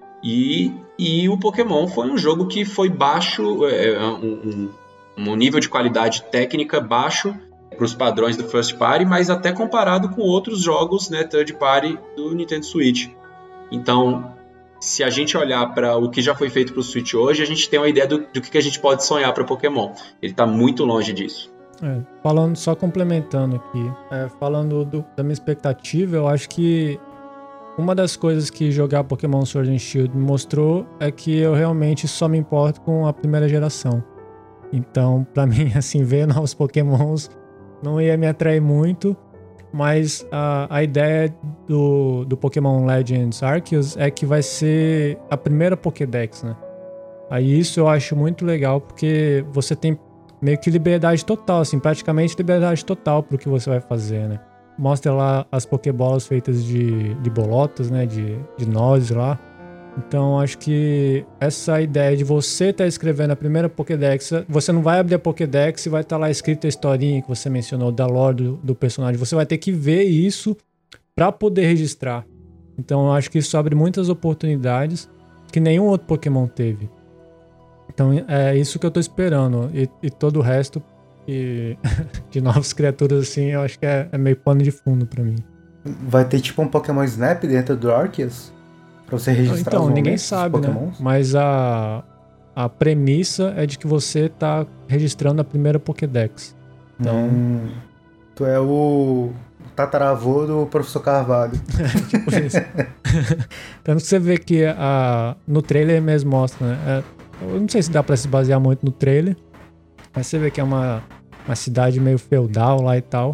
e, e o Pokémon foi um jogo que foi baixo, é, um, um, um nível de qualidade técnica baixo para os padrões do First Party, mas até comparado com outros jogos, né, Third Party do Nintendo Switch. Então, se a gente olhar para o que já foi feito para o Switch hoje, a gente tem uma ideia do, do que a gente pode sonhar para Pokémon. Ele está muito longe disso. É, falando, só complementando aqui, é, falando do, da minha expectativa, eu acho que uma das coisas que jogar Pokémon Sword and Shield me mostrou é que eu realmente só me importo com a primeira geração. Então, pra mim, assim, ver novos Pokémons não ia me atrair muito, mas a, a ideia do, do Pokémon Legends Arceus é que vai ser a primeira Pokédex, né? Aí isso eu acho muito legal, porque você tem meio que liberdade total, assim, praticamente liberdade total pro que você vai fazer, né? Mostra lá as Pokébolas feitas de, de bolotas, né? De, de nozes lá. Então, acho que essa ideia de você estar tá escrevendo a primeira Pokédex, você não vai abrir a Pokédex e vai estar tá lá escrita a historinha que você mencionou, da lore do, do personagem. Você vai ter que ver isso para poder registrar. Então, eu acho que isso abre muitas oportunidades que nenhum outro Pokémon teve. Então, é isso que eu tô esperando. E, e todo o resto e de novas criaturas, assim, eu acho que é, é meio pano de fundo pra mim. Vai ter tipo um Pokémon Snap dentro do Arceus? Pra você registrar então, os ninguém sabe, né? Mas a, a premissa é de que você tá registrando a primeira Pokédex. Então... Hum, tu é o tataravô do Professor Carvalho. Tipo isso. Tanto que você vê que a, no trailer mesmo mostra, né? É, eu não sei se dá pra se basear muito no trailer, mas você vê que é uma, uma cidade meio feudal lá e tal.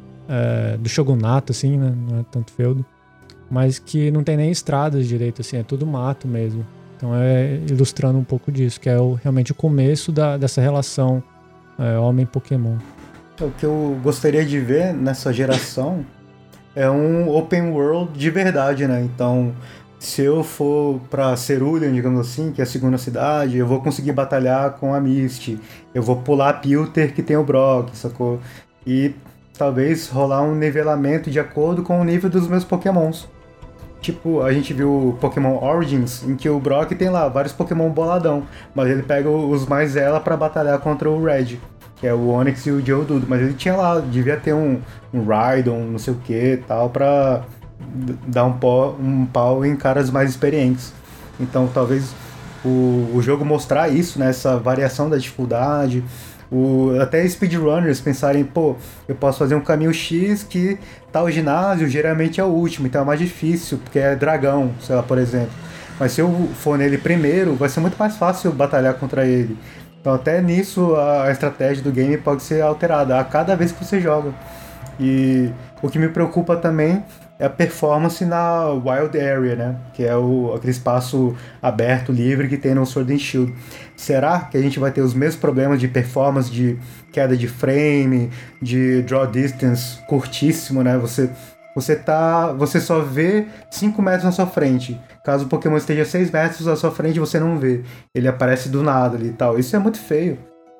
É, do shogunato, assim, né? Não é tanto feudo. Mas que não tem nem estradas direito, assim, é tudo mato mesmo. Então é ilustrando um pouco disso, que é o, realmente o começo da, dessa relação é, homem-Pokémon. O que eu gostaria de ver nessa geração é um open world de verdade, né? Então, se eu for pra Cerulean, digamos assim, que é a segunda cidade, eu vou conseguir batalhar com a Misty. Eu vou pular a Pilter que tem o Brock, sacou? E talvez rolar um nivelamento de acordo com o nível dos meus Pokémons. Tipo, a gente viu o Pokémon Origins, em que o Brock tem lá vários Pokémon boladão, mas ele pega os mais ela pra batalhar contra o Red, que é o Onix e o Geodude. Mas ele tinha lá, devia ter um, um Rhydon, não sei o que tal, pra dar um, pó, um pau em caras mais experientes. Então talvez o, o jogo mostrar isso, né, essa variação da dificuldade. O, até speedrunners pensarem, pô, eu posso fazer um caminho X que tal ginásio geralmente é o último, então é mais difícil, porque é dragão, sei lá, por exemplo. Mas se eu for nele primeiro, vai ser muito mais fácil batalhar contra ele. Então até nisso a estratégia do game pode ser alterada a cada vez que você joga. E o que me preocupa também é a performance na Wild Area, né? Que é o, aquele espaço aberto, livre que tem no Sword and Shield. Será que a gente vai ter os mesmos problemas de performance, de queda de frame, de draw distance curtíssimo, né? Você, você, tá, você só vê cinco metros na sua frente. Caso o Pokémon esteja seis metros na sua frente, você não vê. Ele aparece do nada ali e tal. Isso é muito feio.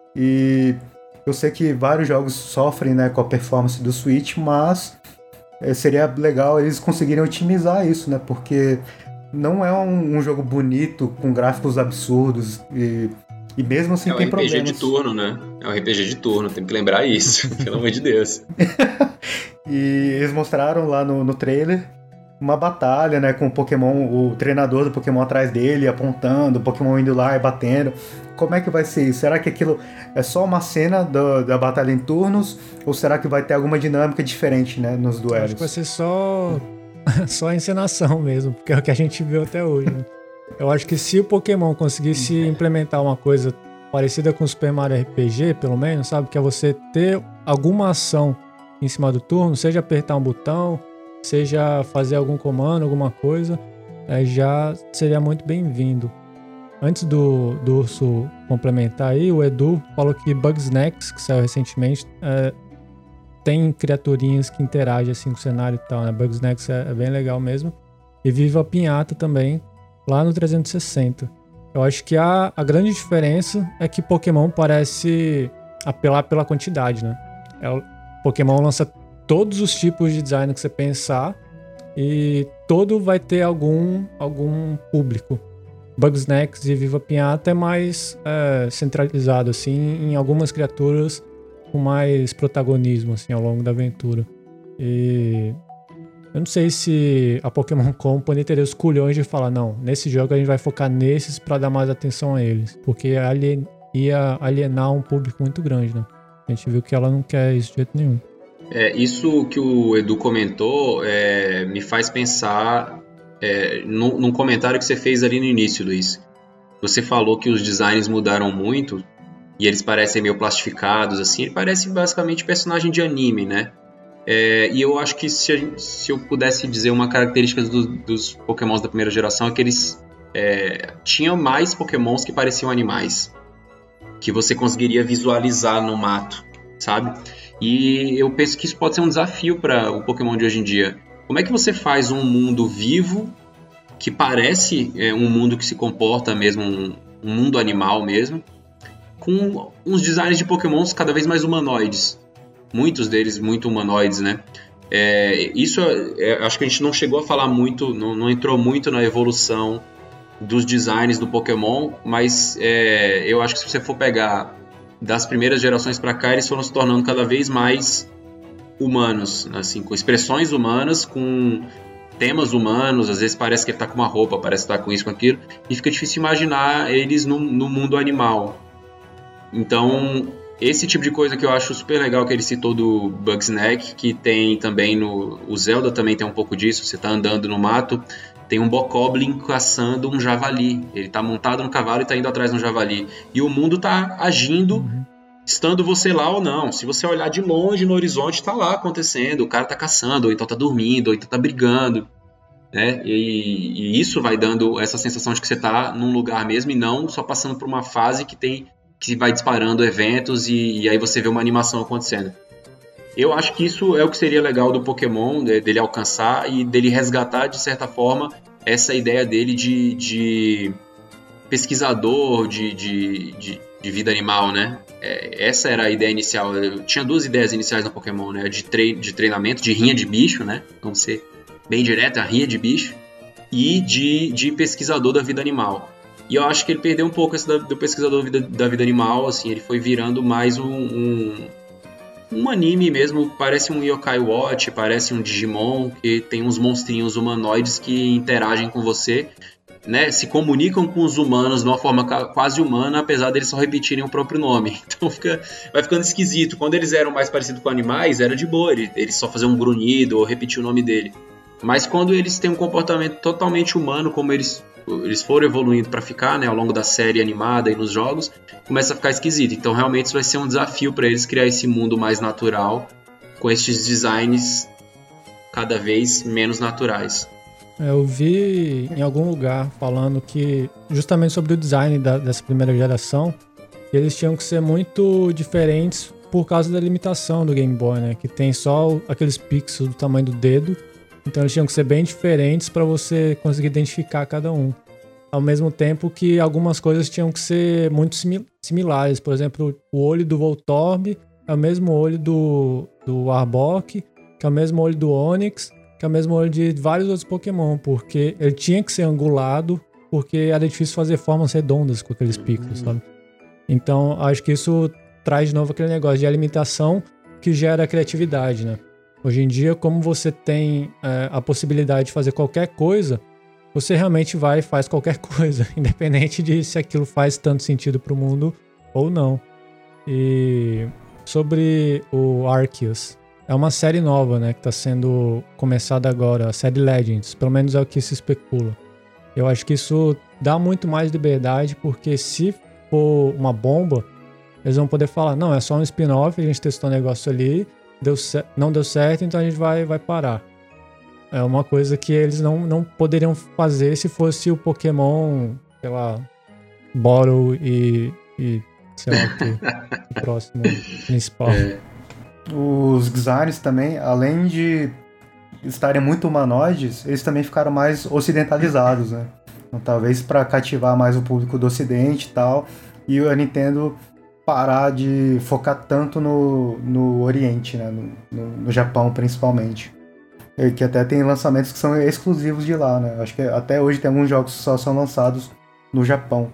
E eu sei que vários jogos sofrem, né, com a performance do Switch, mas seria legal eles conseguirem otimizar isso, né? Porque não é um, um jogo bonito, com gráficos absurdos e, e mesmo assim é um tem R P G problemas. de turno, né? É um R P G de turno, tem que lembrar isso, pelo amor de Deus. E eles mostraram lá no, no trailer uma batalha, né, com o Pokémon, o treinador do Pokémon atrás dele, apontando, o Pokémon indo lá e batendo. Como é que vai ser isso? Será que aquilo é só uma cena do, da batalha em turnos? Ou será que vai ter alguma dinâmica diferente, né, nos duelos? Acho que vai ser só, só a encenação mesmo, porque é o que a gente viu até hoje, né? Eu acho que se o Pokémon conseguisse implementar uma coisa parecida com o Super Mario R P G, pelo menos, sabe? Que é você ter alguma ação em cima do turno, seja apertar um botão, seja fazer algum comando, alguma coisa, é, já seria muito bem-vindo. Antes do, do Urso complementar aí, o Edu falou que Bugsnax, que saiu recentemente, é, tem criaturinhas que interagem assim com o cenário e tal, né? Bugsnax é, é bem legal mesmo. E Viva Pinhata também, lá no trezentos e sessenta. Eu acho que a, a grande diferença é que Pokémon parece apelar pela quantidade, né? É, o Pokémon lança todos os tipos de design que você pensar e todo vai ter algum, algum público. Bugsnax e Viva Pinhata é mais é, centralizado assim, em algumas criaturas com mais protagonismo assim, ao longo da aventura. E eu não sei se a Pokémon Company teria os culhões de falar, não, nesse jogo a gente vai focar nesses pra dar mais atenção a eles, porque alien, ia alienar um público muito grande, né? A gente viu que ela não quer isso de jeito nenhum. É, isso que o Edu comentou é, me faz pensar é, num, num comentário que você fez ali no início, Luiz. Você falou que os designs mudaram muito e eles parecem meio plastificados, assim. Ele parece basicamente personagem de anime, né? É, e eu acho que se, a gente, se eu pudesse dizer uma característica do, dos Pokémons da primeira geração é que eles é, tinham mais Pokémons que pareciam animais, que você conseguiria visualizar no mato, sabe? E eu penso que isso pode ser um desafio para o Pokémon de hoje em dia. Como é que você faz um mundo vivo que parece é, um mundo que se comporta mesmo, um, um mundo animal mesmo, com uns designs de Pokémons cada vez mais humanoides? Muitos deles muito humanoides, né? É, isso, é, acho que a gente não chegou a falar muito, não, não entrou muito na evolução dos designs do Pokémon, mas é, eu acho que se você for pegar das primeiras gerações para cá, eles foram se tornando cada vez mais humanos, assim, com expressões humanas, com temas humanos. Às vezes parece que ele tá com uma roupa, parece que tá com isso, com aquilo, e fica difícil imaginar eles no, no mundo animal. Então, esse tipo de coisa que eu acho super legal que ele citou do Bugsnax, que tem também no... O Zelda também tem um pouco disso. Você tá andando no mato, tem um Bokoblin caçando um javali. Ele tá montado no cavalo e tá indo atrás de um javali. E o mundo tá agindo, uhum. estando você lá ou não. Se você olhar de longe no horizonte, tá lá acontecendo. O cara tá caçando, ou então tá dormindo, ou então tá brigando, né? E, e isso vai dando essa sensação de que você tá num lugar mesmo e não só passando por uma fase que tem... que vai disparando eventos e, e aí você vê uma animação acontecendo. Eu acho que isso é o que seria legal do Pokémon, de, dele alcançar e dele resgatar, de certa forma, essa ideia dele de, de pesquisador de, de, de, de vida animal, né? É, essa era a ideia inicial. Eu tinha duas ideias iniciais no Pokémon, né? De, tre- de treinamento, de rinha de bicho, né? Vamos ser bem direto, a rinha de bicho, e de, de pesquisador da vida animal. E eu acho que ele perdeu um pouco esse da, do pesquisador da vida, da vida animal, assim, ele foi virando mais um, um, um anime mesmo, parece um Yokai Watch, parece um Digimon, que tem uns monstrinhos humanoides que interagem com você, né, se comunicam com os humanos de uma forma quase humana, apesar deles só repetirem o próprio nome. Então fica, vai ficando esquisito. Quando eles eram mais parecidos com animais, era de boa, eles só faziam um grunhido ou repetir o nome dele. Mas quando eles têm um comportamento totalmente humano, como eles... eles foram evoluindo para ficar, né, ao longo da série animada e nos jogos, começa a ficar esquisito. Então realmente isso vai ser um desafio para eles criar esse mundo mais natural, com esses designs cada vez menos naturais. Eu vi em algum lugar falando que, justamente sobre o design da, dessa primeira geração, que eles tinham que ser muito diferentes por causa da limitação do Game Boy, né, que tem só aqueles pixels do tamanho do dedo. Então eles tinham que ser bem diferentes para você conseguir identificar cada um. Ao mesmo tempo que algumas coisas tinham que ser muito simil- similares. Por exemplo, o olho do Voltorb é o mesmo olho do, do Arbok, que é o mesmo olho do Onix, que é o mesmo olho de vários outros Pokémon, porque ele tinha que ser angulado, porque era difícil fazer formas redondas com aqueles pixels, sabe? Então acho que isso traz de novo aquele negócio de alimentação que gera criatividade, né? Hoje em dia, como você tem é, a possibilidade de fazer qualquer coisa, você realmente vai e faz qualquer coisa, independente de se aquilo faz tanto sentido pro mundo ou não. E sobre o Arceus, é uma série nova, né, que tá sendo começada agora, a série Legends, pelo menos é o que se especula. Eu acho que isso dá muito mais liberdade, porque se for uma bomba, eles vão poder falar, não, é só um spin-off, a gente testou um negócio ali, deu não deu certo, então a gente vai, vai parar. É uma coisa que eles não, não poderiam fazer se fosse o Pokémon, sei lá, Bottle e, e sei lá o que, o próximo principal. É. Os designs também, além de estarem muito humanoides, eles também ficaram mais ocidentalizados, né? Então, talvez para cativar mais o público do ocidente e tal, e a Nintendo parar de focar tanto no, no Oriente, né? No, no, no Japão, principalmente. E que até tem lançamentos que são exclusivos de lá, né? Acho que até hoje tem alguns jogos que só são lançados no Japão.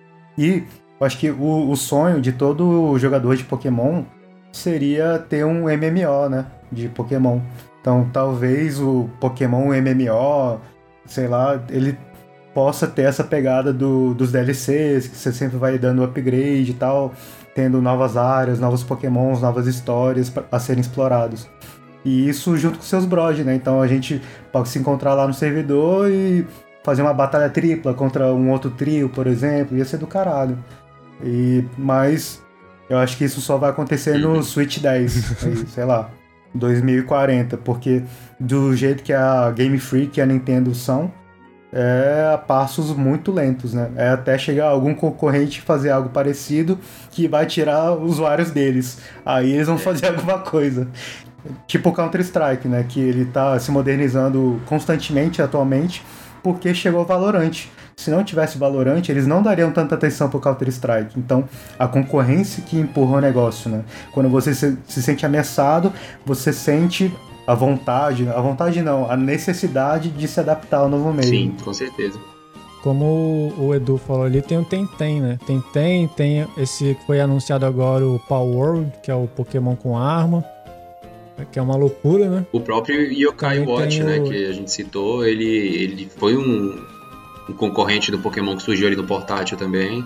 E eu acho que o, o sonho de todo jogador de Pokémon seria ter um M M O, né? De Pokémon. Então talvez o Pokémon M M O, sei lá, ele possa ter essa pegada do, dos D L Cs, que você sempre vai dando upgrade e tal, tendo novas áreas, novos Pokémons, novas histórias a serem explorados. E isso junto com seus bros, né? Então a gente pode se encontrar lá no servidor e fazer uma batalha tripla contra um outro trio, por exemplo, ia ser do caralho. E, mas eu acho que isso só vai acontecer no Switch dez, aí, sei lá, dois mil e quarenta, porque do jeito que a Game Freak e a Nintendo são, é a passos muito lentos, né? É até chegar algum concorrente fazer algo parecido que vai tirar usuários deles. Aí eles vão fazer alguma coisa. Tipo o Counter-Strike, né? Que ele tá se modernizando constantemente atualmente porque chegou o Valorant. Se não tivesse Valorant, eles não dariam tanta atenção pro Counter-Strike. Então, a concorrência que empurra o negócio, né? Quando você se, se sente ameaçado, você sente a vontade, a vontade não, a necessidade de se adaptar ao novo meio. Sim, com certeza. Como o Edu falou ali, tem o Tenten, né? Tenten, tem esse que foi anunciado agora, o Power World, que é o Pokémon com arma, que é uma loucura, né? O próprio Yokai Também Watch, tem né, o- que a gente citou, ele, ele foi um, um concorrente do Pokémon que surgiu ali no portátil também.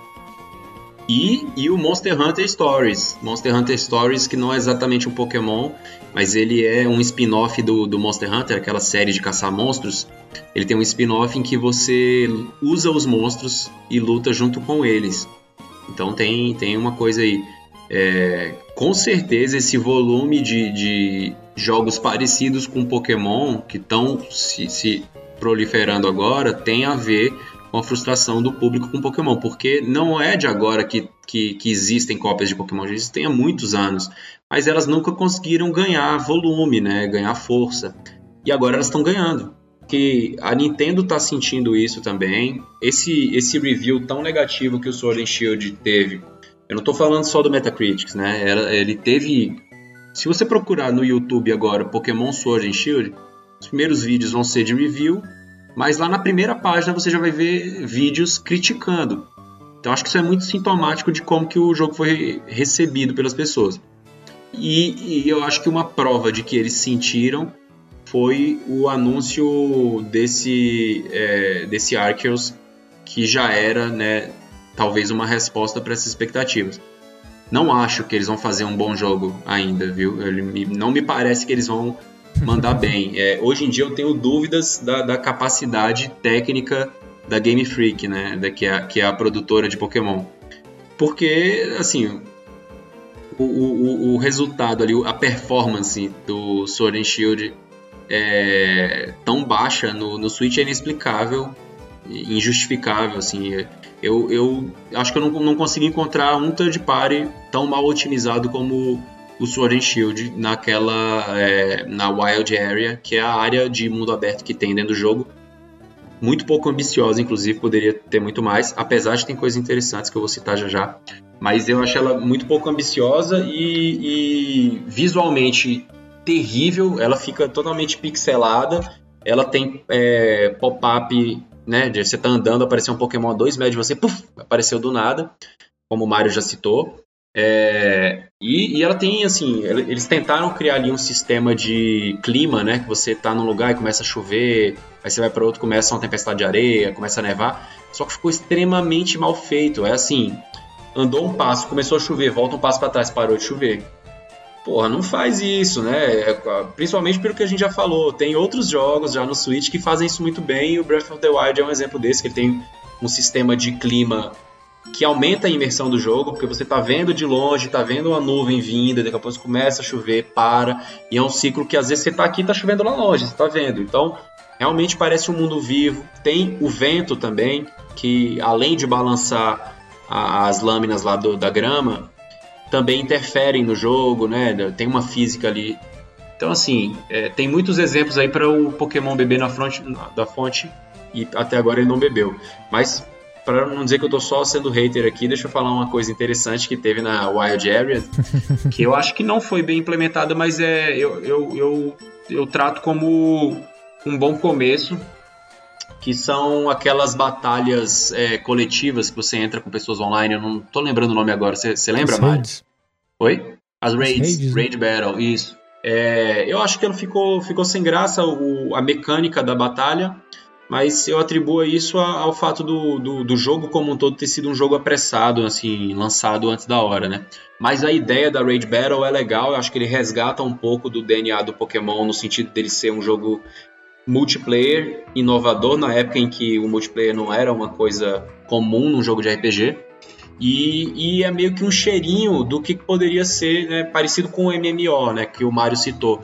E, e o Monster Hunter Stories. Monster Hunter Stories, que não é exatamente um Pokémon, mas ele é um spin-off do, do Monster Hunter, aquela série de caçar monstros. Ele tem um spin-off em que você usa os monstros e luta junto com eles. Então tem, tem uma coisa aí. É, com certeza esse volume de, de jogos parecidos com Pokémon, que estão se, se proliferando agora, tem a ver com a frustração do público com Pokémon, porque não é de agora que, que, que existem cópias de Pokémon, já existem há muitos anos, mas elas nunca conseguiram ganhar volume, né, ganhar força, e agora elas estão ganhando. Que a Nintendo está sentindo isso também. Esse, esse review tão negativo que o Sword and Shield teve, eu não estou falando só do Metacritic, né? Ele teve... Se você procurar no YouTube agora Pokémon Sword and Shield, os primeiros vídeos vão ser de review, mas lá na primeira página você já vai ver vídeos criticando. Então acho que isso é muito sintomático de como que o jogo foi recebido pelas pessoas. E, e eu acho que uma prova de que eles sentiram foi o anúncio desse, é, desse Arceus, que já era, né, talvez uma resposta para essas expectativas. Não acho que eles vão fazer um bom jogo ainda, viu? Ele, não me parece que eles vão mandar bem. É, hoje em dia eu tenho dúvidas da, da capacidade técnica da Game Freak, né, da, que, é, que é a produtora de Pokémon. Porque, assim, o, o, o resultado ali, a performance do Sword and Shield é tão baixa no, no Switch é inexplicável, injustificável, assim. Eu, eu acho que eu não, não consegui encontrar um third party tão mal otimizado como o Sword and Shield naquela, é, na Wild Area, que é a área de mundo aberto que tem dentro do jogo. Muito pouco ambiciosa, inclusive, poderia ter muito mais, apesar de ter coisas interessantes que eu vou citar já já. Mas eu acho ela muito pouco ambiciosa e, e visualmente terrível. Ela fica totalmente pixelada. Ela tem é, pop-up, né? De você tá andando, apareceu um Pokémon a dois metros de você, puff, apareceu do nada, como o Mario já citou. É, e, e ela tem, assim, eles tentaram criar ali um sistema de clima, né? Que você tá num lugar e começa a chover, aí você vai para outro, começa uma tempestade de areia, começa a nevar. Só que ficou extremamente mal feito. É assim, andou um passo, começou a chover, volta um passo para trás, parou de chover. Porra, não faz isso, né? Principalmente pelo que a gente já falou. Tem outros jogos já no Switch que fazem isso muito bem, e o Breath of the Wild é um exemplo desse, que ele tem um sistema de clima que aumenta a imersão do jogo, porque você tá vendo de longe, tá vendo uma nuvem vindo, daqui a pouco começa a chover, para, e é um ciclo que às vezes você tá aqui e tá chovendo lá longe, você tá vendo. Então, realmente parece um mundo vivo. Tem o vento também, que além de balançar a, as lâminas lá do, da grama, também interferem no jogo, né? Tem uma física ali. Então, assim, é, tem muitos exemplos aí para o Pokémon beber na fonte, da fonte, e até agora ele não bebeu. Mas para não dizer que eu tô só sendo hater aqui, deixa eu falar uma coisa interessante que teve na Wild Area, que eu acho que não foi bem implementada, mas é, eu, eu, eu, eu trato como um bom começo, que são aquelas batalhas é, coletivas que você entra com pessoas online. Eu não tô lembrando o nome agora, você lembra, Mário? Oi? As raids, As raids Raid né? Battle, isso. É, eu acho que ela ficou, ficou sem graça, o, a mecânica da batalha, mas eu atribuo isso ao fato do, do, do jogo como um todo ter sido um jogo apressado, assim, lançado antes da hora, né? Mas a ideia da Raid Battle é legal, eu acho que ele resgata um pouco do D N A do Pokémon, no sentido dele ser um jogo multiplayer, inovador, na época em que o multiplayer não era uma coisa comum num jogo de R P G, e, e é meio que um cheirinho do que poderia ser, né, parecido com o M M O, né, que o Mário citou.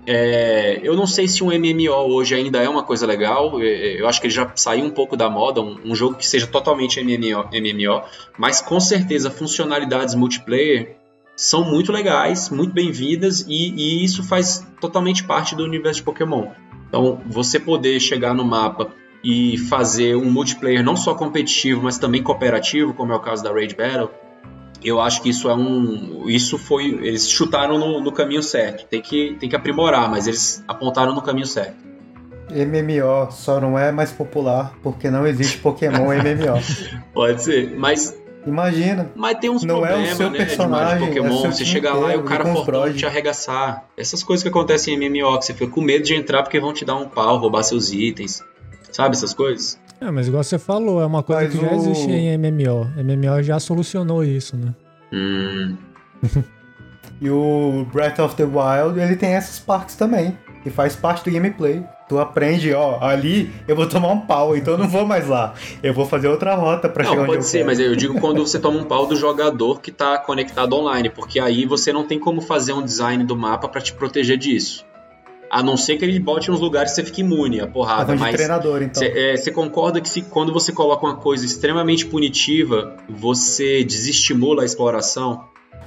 É, eu não sei se um M M O hoje ainda é uma coisa legal, eu acho que ele já saiu um pouco da moda, um, um jogo que seja totalmente M M O, M M O, mas com certeza funcionalidades multiplayer são muito legais, muito bem-vindas, e, e isso faz totalmente parte do universo de Pokémon. Então, você poder chegar no mapa e fazer um multiplayer não só competitivo, mas também cooperativo, como é o caso da Raid Battle, eu acho que isso é um... Isso foi... Eles chutaram no, no caminho certo. Tem que, tem que aprimorar, mas eles apontaram no caminho certo. M M O só não é mais popular porque não existe Pokémon M M O. Pode ser, mas... Imagina. Mas tem uns não problemas, é o seu né, personagem, de Pokémon, é você chegar lá e o cara fortão te arregaçar. Essas coisas que acontecem em M M O, que você fica com medo de entrar porque vão te dar um pau, roubar seus itens. Sabe essas coisas? É, mas igual você falou, é uma coisa mas que já o... existe em M M O. M M O já solucionou isso, né? Hum. E o Breath of the Wild, ele tem essas partes também, que faz parte do gameplay. Tu aprende, ó, ali eu vou tomar um pau, então eu não vou mais lá. Eu vou fazer outra rota pra não, chegar onde eu pode ser, quero. Mas eu digo quando você toma um pau do jogador que tá conectado online, porque aí você não tem como fazer um design do mapa pra te proteger disso. A não ser que ele bote nos lugares que você fique imune à porrada. Mas de treinador, então. Você é, concorda que se, quando você coloca uma coisa extremamente punitiva, você desestimula a exploração?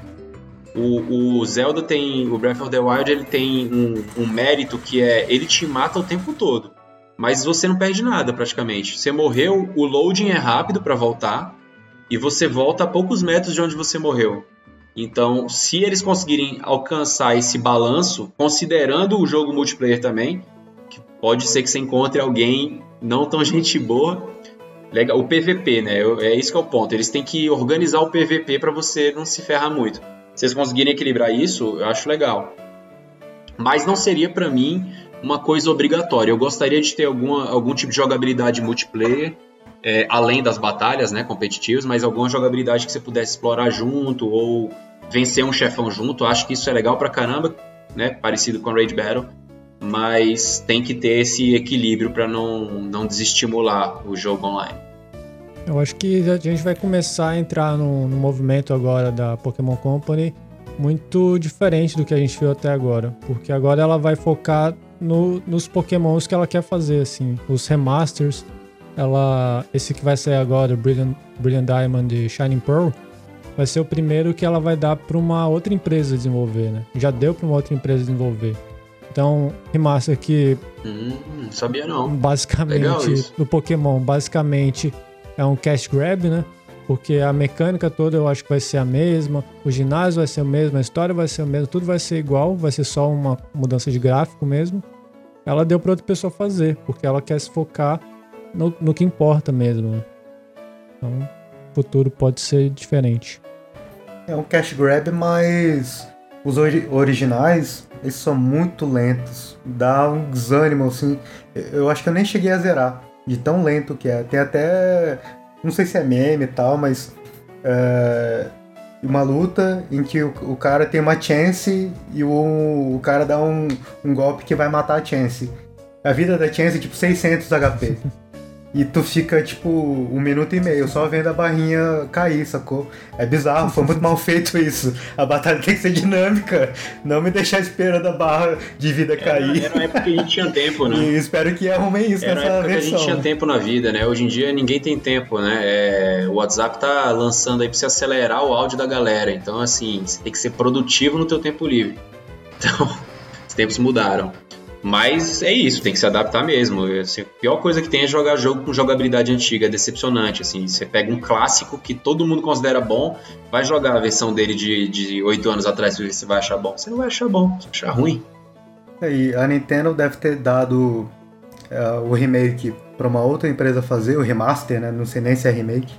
O, o Zelda tem... O Breath of the Wild ele tem um, um mérito que é... Ele te mata o tempo todo. Mas você não perde nada, praticamente. Você morreu, o loading é rápido pra voltar. E você volta a poucos metros de onde você morreu. Então, se eles conseguirem alcançar esse balanço, considerando o jogo multiplayer também, que pode ser que você encontre alguém não tão gente boa, legal, o P V P, né? É isso que é o ponto. Eles têm que organizar o P V P para você não se ferrar muito. Se eles conseguirem equilibrar isso, eu acho legal. Mas não seria para mim uma coisa obrigatória. Eu gostaria de ter alguma, algum tipo de jogabilidade multiplayer, É, além das batalhas, né, competitivas, mas alguma jogabilidade que você pudesse explorar junto ou vencer um chefão junto. Acho que isso é legal pra caramba, né, parecido com a Raid Battle, mas tem que ter esse equilíbrio pra não, não desestimular o jogo online. Eu acho que a gente vai começar a entrar no, no movimento agora da Pokémon Company muito diferente do que a gente viu até agora, porque agora ela vai focar no, nos Pokémons que ela quer fazer, assim, os remasters. Ela, esse que vai ser agora, Brilliant, Brilliant Diamond e Shining Pearl, vai ser o primeiro que ela vai dar para uma outra empresa desenvolver, né? Já deu para uma outra empresa desenvolver. Então, remaster que... Hum, não sabia não. Basicamente, do Pokémon, basicamente é um cash grab, né? Porque a mecânica toda eu acho que vai ser a mesma, o ginásio vai ser o mesmo, a história vai ser a mesma, tudo vai ser igual, vai ser só uma mudança de gráfico mesmo. Ela deu para outra pessoa fazer, porque ela quer se focar No, no que importa mesmo, né? Então, o futuro pode ser diferente. É um cash grab, mas os ori- originais, eles são muito lentos. Dá um desânimo, assim. Eu acho que eu nem cheguei a zerar, de tão lento que é. Tem até, não sei se é meme e tal, mas é, uma luta em que o, o cara tem uma chance e o, o cara dá um, um golpe que vai matar a chance. A vida da chance é tipo seiscentos H P. E tu fica, tipo, um minuto e meio só vendo a barrinha cair, sacou? É bizarro, foi muito mal feito isso. A batalha tem que ser dinâmica, não me deixar esperando a barra de vida cair. Era uma época que a gente tinha tempo, né? E espero que arrumem isso Era nessa uma época versão. que a gente tinha tempo na vida, né? Hoje em dia ninguém tem tempo, né? É, o WhatsApp tá lançando aí pra você acelerar o áudio da galera. Então, assim, você tem que ser produtivo no teu tempo livre. Então, os tempos mudaram. Mas é isso, tem que se adaptar mesmo. Assim, a pior coisa que tem é jogar jogo com jogabilidade antiga, é decepcionante. Assim, você pega um clássico que todo mundo considera bom, vai jogar a versão dele de oito anos atrás e ver se vai achar bom. Você não vai achar bom, você vai achar ruim. E a Nintendo deve ter dado uh, o remake para uma outra empresa fazer, o remaster, né? Não sei nem se é remake.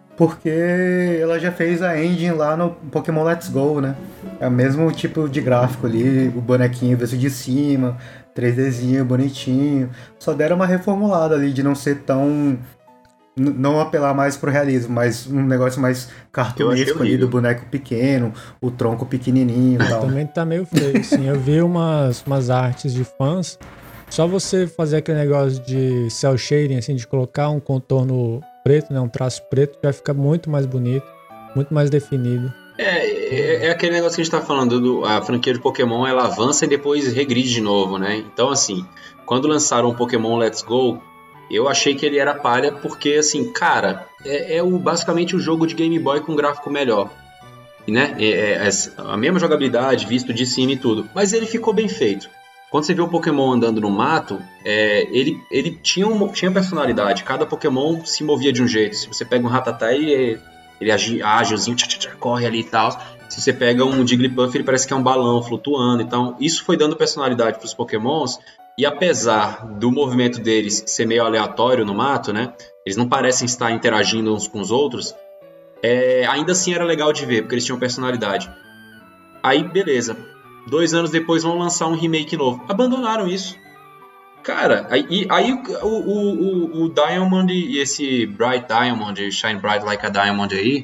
Porque ela já fez a engine lá no Pokémon Let's Go, né? É o mesmo tipo de gráfico ali, o bonequinho visto de cima, três Dzinho, bonitinho. Só deram uma reformulada ali de não ser tão... N- não apelar mais pro realismo, mas um negócio mais cartunesco ali, do boneco pequeno, o tronco pequenininho e tal. Também tá meio feio, assim. Eu vi umas, umas artes de fãs. Só você fazer aquele negócio de cel shading, assim, de colocar um contorno preto, né, um traço preto, vai ficar muito mais bonito, muito mais definido. É, é, é aquele negócio que a gente tá falando, do, a franquia de Pokémon, ela avança e depois regride de novo, né? Então, assim, quando lançaram o Pokémon Let's Go, eu achei que ele era palha porque, assim, cara, é, é o, basicamente o jogo de Game Boy com gráfico melhor, né? É, é, é a mesma jogabilidade, visto de cima e tudo, mas ele ficou bem feito. Quando você vê o Pokémon andando no mato, é, ele, ele tinha, um, tinha personalidade. Cada Pokémon se movia de um jeito. Se você pega um Rattata, ele, ele agi, ágilzinho, tchá, tchá, tchá, corre ali e tal. Se você pega um Jigglypuff, ele parece que é um balão flutuando. Então, isso foi dando personalidade para os Pokémons. E apesar do movimento deles ser meio aleatório no mato, né? Eles não parecem estar interagindo uns com os outros. É, ainda assim era legal de ver, porque eles tinham personalidade. Aí, beleza. Dois anos depois vão lançar um remake novo. Abandonaram isso. Cara, aí, aí o, o, o, o Diamond e esse Bright Diamond, Shine Bright Like a Diamond aí,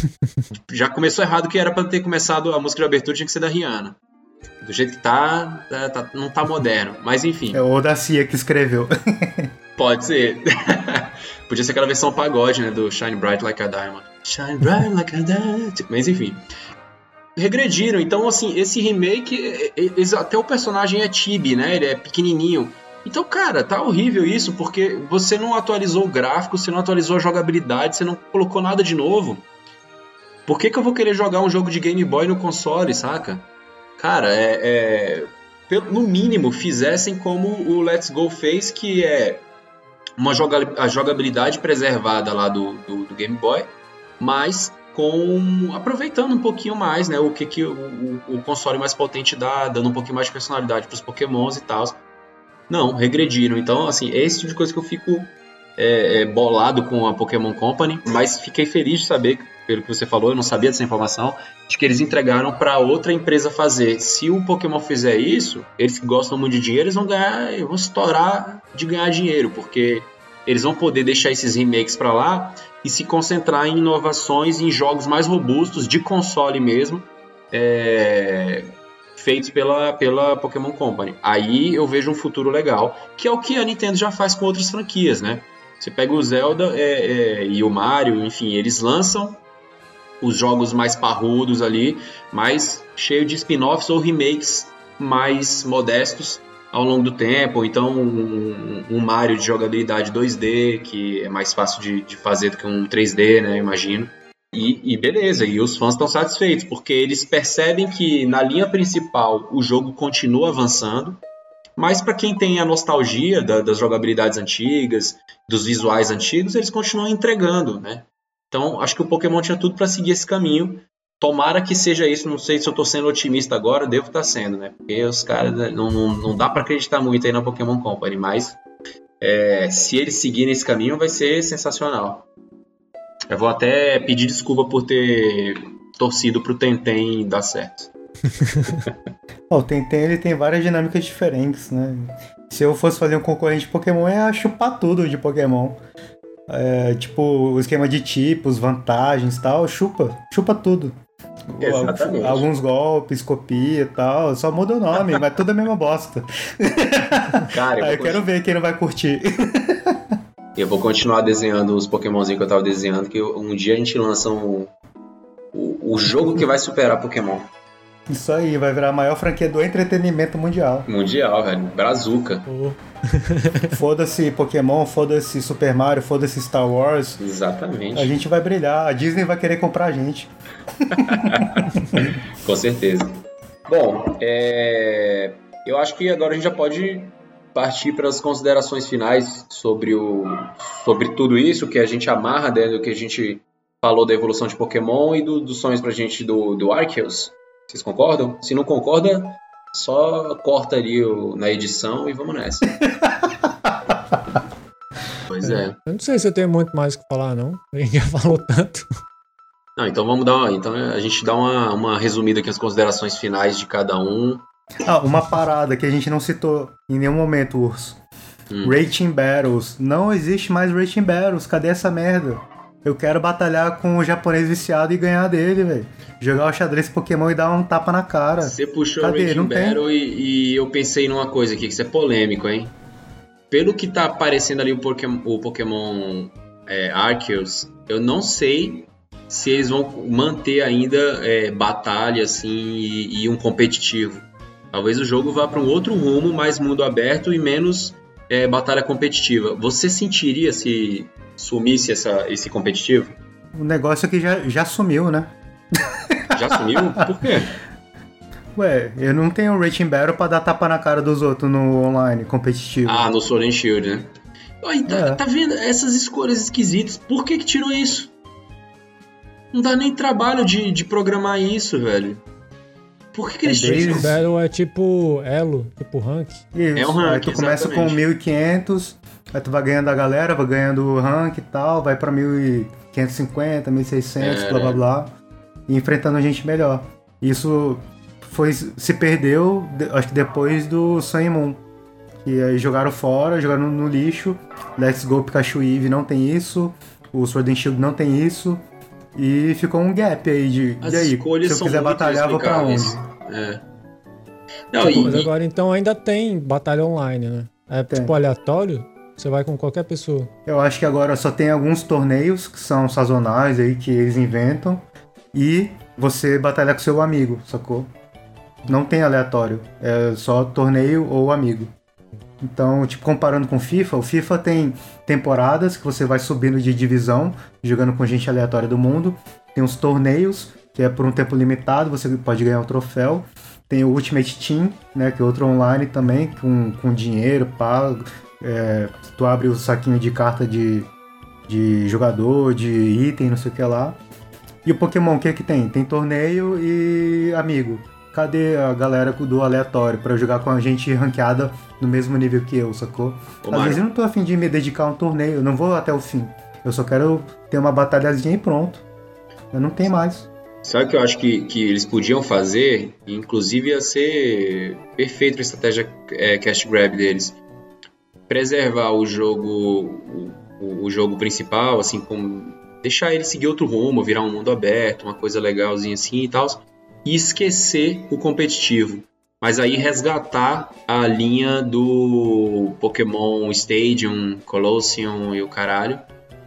já começou errado, que era pra ter começado a música de abertura, tinha que ser da Rihanna. Do jeito que tá, tá, tá não tá moderno. Mas enfim. É o da Cia que escreveu. Pode ser. Podia ser aquela versão pagode, né? Do Shine Bright Like a Diamond. Shine Bright Like a Diamond. Mas enfim. Regrediram, então assim, esse remake, eles, até o personagem é chibi, né, ele é pequenininho, então cara, tá horrível isso, porque você não atualizou o gráfico, você não atualizou a jogabilidade, você não colocou nada de novo. Por que que eu vou querer jogar um jogo de Game Boy no console, saca? Cara, é, é no mínimo fizessem como o Let's Go fez, que é uma joga, a jogabilidade preservada lá do, do, do Game Boy, mas com aproveitando um pouquinho mais, né, o que, que o, o, o console mais potente dá, dando um pouquinho mais de personalidade para os Pokémons e tal. Não, regrediram. Então, assim, é esse tipo de coisa que eu fico é, é, bolado com a Pokémon Company, mas fiquei feliz de saber, pelo que você falou, eu não sabia dessa informação, de que eles entregaram para outra empresa fazer. Se o Pokémon fizer isso, eles que gostam muito de dinheiro, eles vão ganhar, vão estourar de ganhar dinheiro, porque eles vão poder deixar esses remakes para lá e se concentrar em inovações, em jogos mais robustos, de console mesmo, é, feitos pela, pela Pokémon Company. Aí eu vejo um futuro legal, que é o que a Nintendo já faz com outras franquias, né? Você pega o Zelda é, é, e o Mario, enfim, eles lançam os jogos mais parrudos ali, mas cheio de spin-offs ou remakes mais modestos ao longo do tempo. Então um, um Mario de jogabilidade dois D, que é mais fácil de, de fazer do que um três D, né, imagino. E, e beleza, e os fãs estão satisfeitos, porque eles percebem que na linha principal o jogo continua avançando, mas para quem tem a nostalgia da, das jogabilidades antigas, dos visuais antigos, eles continuam entregando, né? Então acho que o Pokémon tinha tudo para seguir esse caminho. Tomara que seja isso, não sei se eu tô sendo otimista agora, devo estar sendo, né? Porque os caras, não, não, não dá para acreditar muito aí na Pokémon Company, mas é, se eles seguirem esse caminho vai ser sensacional. Eu vou até pedir desculpa por ter torcido pro Tentem dar certo. O Tentem, ele tem várias dinâmicas diferentes, né? Se eu fosse fazer um concorrente de Pokémon, eu ia chupar tudo de Pokémon. É, tipo, o esquema de tipos, vantagens e tal, chupa, chupa tudo. Exatamente. Alguns golpes, copia e tal, só muda o nome, mas tudo é a mesma bosta. Cara, eu, Aí eu continu... quero ver quem não vai curtir. Eu vou continuar desenhando os Pokémonzinhos que eu tava desenhando, que um dia a gente lança um, o, o jogo que vai superar Pokémon. Isso aí, vai virar a maior franquia do entretenimento mundial. Mundial, velho. Brazuca. Oh. Foda-se Pokémon, foda-se Super Mario, foda-se Star Wars. Exatamente. A gente vai brilhar, a Disney vai querer comprar a gente. Com certeza. Bom, é... eu acho que agora a gente já pode partir para as considerações finais sobre, o... sobre tudo isso que a gente amarra dentro do que a gente falou da evolução de Pokémon e do, dos sonhos pra gente do, do Arceus. Vocês concordam? Se não concorda, só corta ali o, na edição e vamos nessa. Pois é. Eu não sei se eu tenho muito mais o que falar, não. A gente já falou tanto. Não, então vamos dar uma, então a gente dá uma, uma resumida aqui nas considerações finais de cada um. Ah, uma parada que a gente não citou em nenhum momento, Urso. Hum. Rating Battles. Não existe mais Rating Battles. Cadê essa merda? Eu quero batalhar com o japonês viciado e ganhar dele, velho. Jogar o xadrez Pokémon e dar um tapa na cara. Você puxou Cadê? o Rating Não Battle e, e eu pensei numa coisa aqui, que isso é polêmico, hein? Pelo que tá aparecendo ali o Pokémon, o Pokémon é, Arceus, eu não sei se eles vão manter ainda é, batalha assim e, e um competitivo. Talvez o jogo vá para um outro rumo, mais mundo aberto e menos é, batalha competitiva. Você sentiria se sumisse essa, esse competitivo? O negócio aqui já, já sumiu, né? Já sumiu? Por quê? Ué, eu não tenho Rating Battle pra dar tapa na cara dos outros no online competitivo. Ah, no Sword and Shield, né? Aí, tá, É. tá vendo essas escolhas esquisitas? Por que que tirou isso? Não dá nem trabalho de, de programar isso, velho. Por que que eles É desde- tiram? Battle é tipo elo, tipo rank. Isso, É um rank, aí tu começa exatamente. com mil e quinhentos, aí tu vai ganhando a galera, vai ganhando o rank e tal, vai pra mil quinhentos e cinquenta, mil e seiscentos, É. blá blá blá, e enfrentando gente melhor. Isso foi, se perdeu, de- acho que depois do Sun e Moon, que aí jogaram fora, jogaram no, no lixo. Let's Go Pikachu Eevee não tem isso, o Sword and Shield não tem isso, e ficou um gap aí de, As e aí, escolhas se eu são quiser muito batalhar, vou pra onde? inexplicáveis. É. Não, Mas e, e- agora então ainda tem batalha online, né? É Tem. tipo aleatório, você vai com qualquer pessoa. Eu acho que agora só tem alguns torneios que são sazonais aí que eles inventam e você batalha com seu amigo, sacou? Não tem aleatório, é só torneio ou amigo. Então, tipo, comparando com o FIFA, o FIFA tem temporadas que você vai subindo de divisão, jogando com gente aleatória do mundo. Tem os torneios, que é por um tempo limitado, você pode ganhar um troféu. Tem o Ultimate Team, né, que é outro online também, com, com dinheiro pago. É, tu abre o saquinho de carta de, de jogador, de item, não sei o que lá. E o Pokémon, o que é que tem? Tem torneio e amigo. Cadê a galera do aleatório pra jogar com a gente ranqueada no mesmo nível que eu, sacou? Ô, Às Mário. vezes eu não tô afim de me dedicar a um torneio, eu não vou até o fim. Eu só quero ter uma batalhazinha e pronto. Eu não tenho mais. sabe o que eu acho que, que eles podiam fazer? E, inclusive ia ser perfeito a estratégia é, cash grab deles. Preservar o jogo, o, o jogo principal, assim, com, deixar ele seguir outro rumo, virar um mundo aberto, uma coisa legalzinha assim e tal, e esquecer o competitivo. Mas aí resgatar a linha do Pokémon Stadium, Colosseum e o caralho,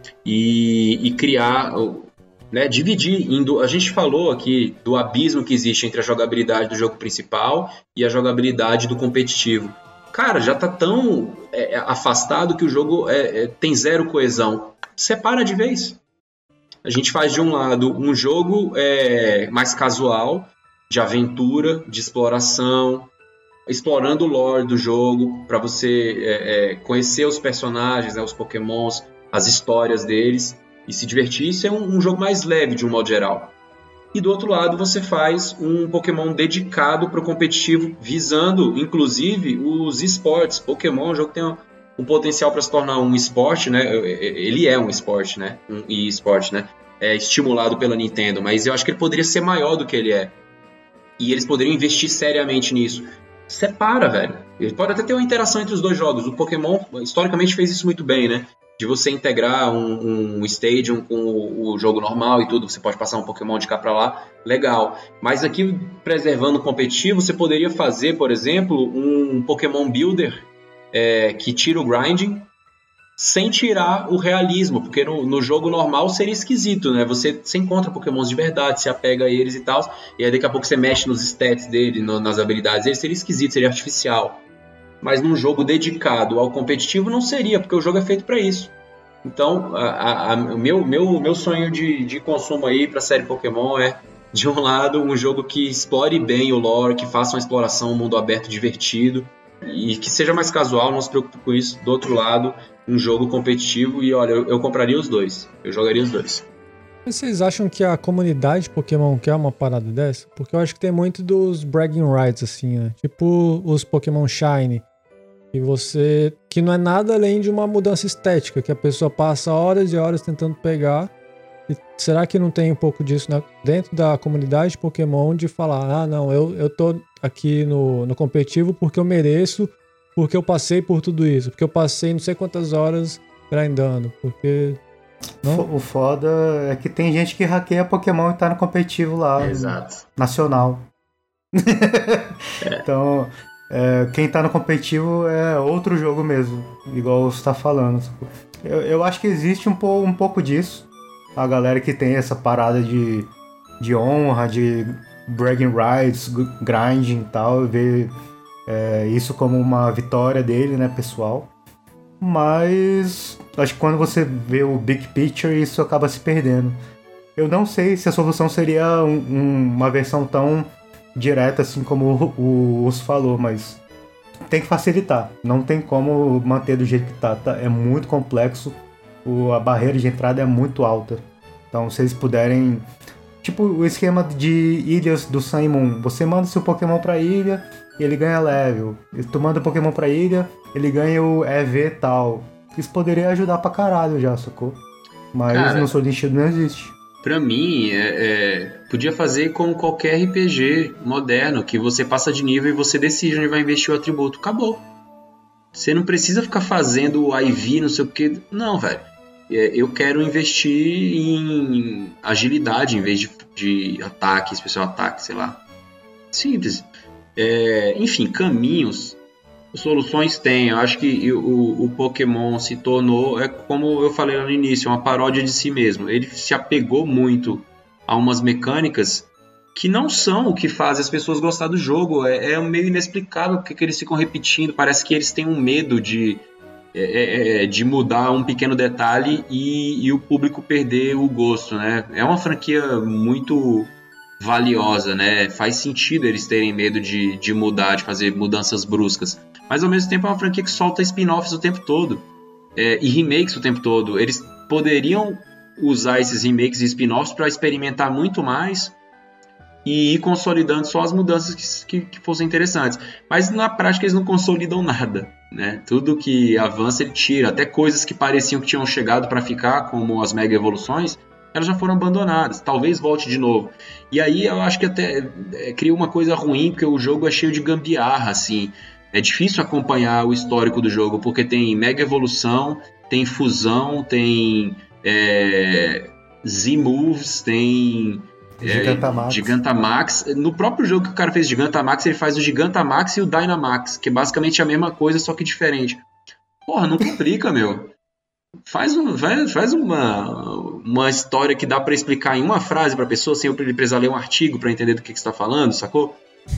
e, e criar, né, dividir. Indo, a gente falou aqui do abismo que existe entre a jogabilidade do jogo principal e a jogabilidade do competitivo. Cara, já tá tão é, afastado que o jogo é, é, tem zero coesão. Separa de vez. A gente faz de um lado um jogo é, mais casual, de aventura, de exploração, explorando o lore do jogo, para você é, é, conhecer os personagens, né, os pokémons, as histórias deles, e se divertir. Isso é um, um jogo mais leve, de um modo geral. E do outro lado você faz um Pokémon dedicado para o competitivo, visando inclusive os esportes. Pokémon é um jogo que tem um, um potencial para se tornar um esporte, né? Ele é um esporte, né? Um e-esporte, né? é, estimulado pela Nintendo, mas eu acho que ele poderia ser maior do que ele é. E eles poderiam investir seriamente nisso. Separa, velho. Ele pode até ter uma interação entre os dois jogos. O Pokémon, historicamente, fez isso muito bem, né? De você integrar um, um Stadium com o, o jogo normal e tudo. Você pode passar um Pokémon de cá pra lá. Legal. Mas aqui, preservando o competitivo, você poderia fazer, por exemplo, um Pokémon Builder é, que tira o grinding, sem tirar o realismo, porque no, no jogo normal seria esquisito, né? Você, você encontra Pokémons de verdade, se apega a eles e tal, e aí daqui a pouco você mexe nos stats dele, no, nas habilidades dele, seria esquisito, seria artificial. Mas num jogo dedicado ao competitivo não seria, porque o jogo é feito para isso. Então, a, a, a, o meu, meu, meu sonho de, de consumo aí pra série Pokémon é, de um lado, um jogo que explore bem o lore, que faça uma exploração, um mundo aberto divertido, e que seja mais casual, não se preocupe com isso. Do outro lado, um jogo competitivo, e olha, eu, eu compraria os dois, eu jogaria os dois. Vocês acham que a comunidade Pokémon quer uma parada dessa? Porque eu acho que tem muito dos bragging rights, assim, né? Tipo os Pokémon Shiny, que você... que não é nada além de uma mudança estética, que a pessoa passa horas e horas tentando pegar. E será que não tem um pouco disso, né, dentro da comunidade Pokémon, de falar, ah, não, eu, eu tô aqui no, no competitivo porque eu mereço, porque eu passei por tudo isso, porque eu passei não sei quantas horas grindando, porque... Não? O foda é que tem gente que hackeia Pokémon e tá no competitivo lá. Exato. Nacional. É. Então, é, quem tá no competitivo é outro jogo mesmo, igual você tá falando. Eu, eu acho que existe um, po, um pouco disso. A galera que tem essa parada de, de honra, de bragging rights, grinding e tal, vê é, isso como uma vitória dele, né, pessoal. Mas acho que quando você vê o big picture, isso acaba se perdendo. Eu não sei se a solução seria um, um, uma versão tão direta assim como o Uso falou, mas tem que facilitar. Não tem como manter do jeito que tá. tá é muito complexo. O, a barreira de entrada é muito alta. Então, se eles puderem... Tipo, o esquema de ilhas do Sun e Moon. Você manda seu Pokémon pra ilha e ele ganha level. E tu manda o Pokémon pra ilha, ele ganha o E V e tal. Isso poderia ajudar pra caralho já, sacou? Mas Cara, no Sword and Shield não existe. Pra mim, é, é, podia fazer como qualquer R P G moderno, que você passa de nível e você decide onde vai investir o atributo. Acabou. Você não precisa ficar fazendo o I V, não sei o que. Não, velho. Eu quero investir em agilidade em vez de, de ataque, especial ataque, sei lá. Simples. É, enfim, caminhos, soluções tem. Eu acho que o, o Pokémon se tornou, é como eu falei lá no início, uma paródia de si mesmo. Ele se apegou muito a umas mecânicas que não são o que faz as pessoas gostar do jogo. É, é meio inexplicável porque que eles ficam repetindo. Parece que eles têm um medo de... É, é, de mudar um pequeno detalhe e, e o público perder o gosto, né? É uma franquia muito valiosa, né? Faz sentido eles terem medo de, de mudar, de fazer mudanças bruscas. Mas ao mesmo tempo é uma franquia que solta spin-offs o tempo todo é, e remakes o tempo todo. Eles poderiam usar esses remakes e spin-offs para experimentar muito mais e ir consolidando só as mudanças que, que, que fossem interessantes. Mas na prática eles não consolidam nada, né? Tudo que avança ele tira. Até coisas que pareciam que tinham chegado para ficar, como as mega evoluções, elas já foram abandonadas. Talvez volte de novo. E aí eu acho que até é, cria uma coisa ruim, porque o jogo é cheio de gambiarra, assim. É difícil acompanhar o histórico do jogo, porque tem mega evolução, tem fusão, tem é, Z-Moves, tem... Gigantamax. É, Gigantamax. No próprio jogo que o cara fez Gigantamax, ele faz o Gigantamax e o Dynamax, que é basicamente a mesma coisa, só que diferente. Porra, não complica, meu. Faz, um, faz, faz uma, uma história que dá pra explicar em uma frase pra pessoa, sem eu precisar ler um artigo pra entender do que, que você tá falando, sacou?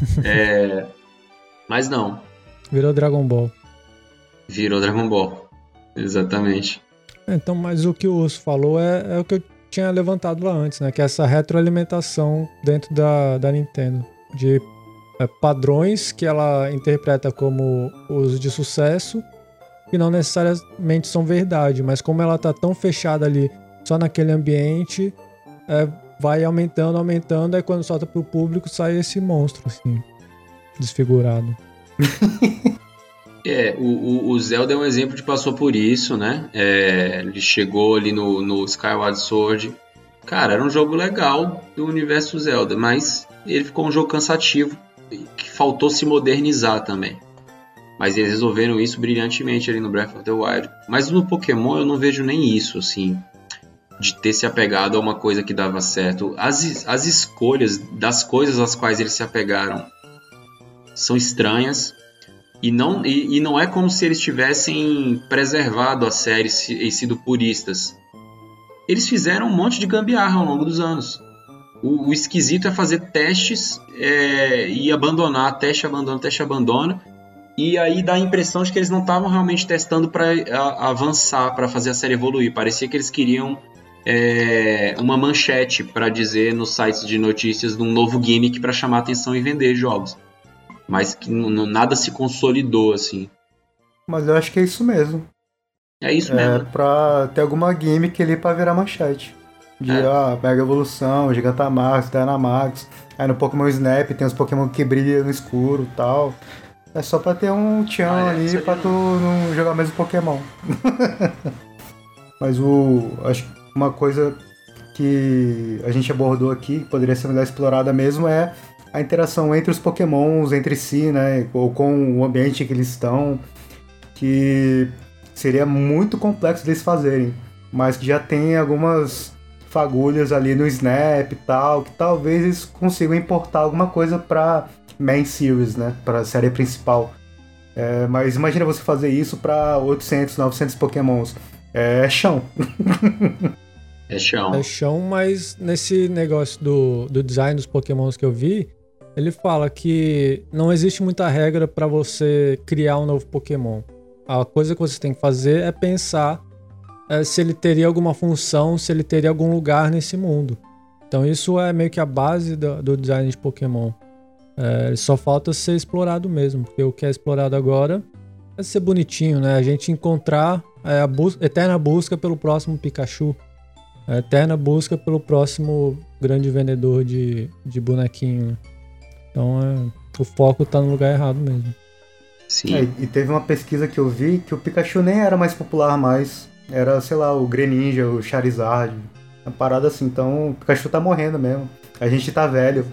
É, mas não. Virou Dragon Ball. Virou Dragon Ball. Exatamente. Então, mas o que o Urso falou é, é o que eu tinha levantado lá antes, né? Que é essa retroalimentação dentro da, da Nintendo. De é, padrões que ela interpreta como os de sucesso, que não necessariamente são verdade, mas como ela tá tão fechada ali, só naquele ambiente, é, vai aumentando, aumentando, aí quando solta pro público sai esse monstro, assim, desfigurado. É, o, o Zelda é um exemplo que passou por isso, né? É, ele chegou ali no, no Skyward Sword Cara, era um jogo legal do universo Zelda, mas ele ficou um jogo cansativo, que faltou se modernizar também. Mas eles resolveram isso brilhantemente ali no Breath of the Wild. Mas no Pokémon eu não vejo nem isso, assim, de ter se apegado a uma coisa que dava certo. As, as escolhas das coisas às quais eles se apegaram são estranhas. E não, e, e não é como se eles tivessem preservado a série e sido puristas. Eles fizeram um monte de gambiarra ao longo dos anos. O, o esquisito é fazer testes é, e abandonar, teste, abandona, teste, abandona. E aí dá a impressão de que eles não estavam realmente testando para avançar, para fazer a série evoluir. Parecia que eles queriam é, uma manchete para dizer nos sites de notícias de um novo gimmick para chamar atenção e vender jogos. Mas que n- nada se consolidou, assim. Mas eu acho que é isso mesmo. É isso É mesmo. pra ter alguma gimmick ali pra virar manchete. De, É. ah, Mega Evolução, Gigantamax, Dynamax. Aí no Pokémon Snap tem os Pokémon que brilham no escuro e tal. É só pra ter um tchan Ah, é, ali isso aí pra não. tu não jogar o mesmo Pokémon. Mas o. Acho que uma coisa que a gente abordou aqui, que poderia ser melhor explorada mesmo, é a interação entre os Pokémons, entre si, né? Ou com o ambiente que eles estão. Que seria muito complexo deles fazerem. Mas que já tem algumas fagulhas ali no Snap e tal, que talvez eles consigam importar alguma coisa pra main series, né? Pra série principal. É, mas imagina você fazer isso pra oitocentos, novecentos Pokémons. É chão. É chão. É chão, mas nesse negócio do, do design dos Pokémons que eu vi, ele fala que não existe muita regra pra você criar um novo Pokémon. A coisa que você tem que fazer é pensar é, se ele teria alguma função, se ele teria algum lugar nesse mundo. Então isso é meio que a base do, do design de Pokémon. É, só falta ser explorado mesmo, porque o que é explorado agora é ser bonitinho, né? A gente encontrar é, a bus- eterna busca pelo próximo Pikachu, a eterna busca pelo próximo grande vendedor de, de bonequinho, né? Então é, o foco tá no lugar errado mesmo. Sim. É, e teve uma pesquisa que eu vi que o Pikachu nem era mais popular mais. Era, sei lá, o Greninja, o Charizard. Uma parada assim. Então o Pikachu tá morrendo mesmo. A gente tá velho.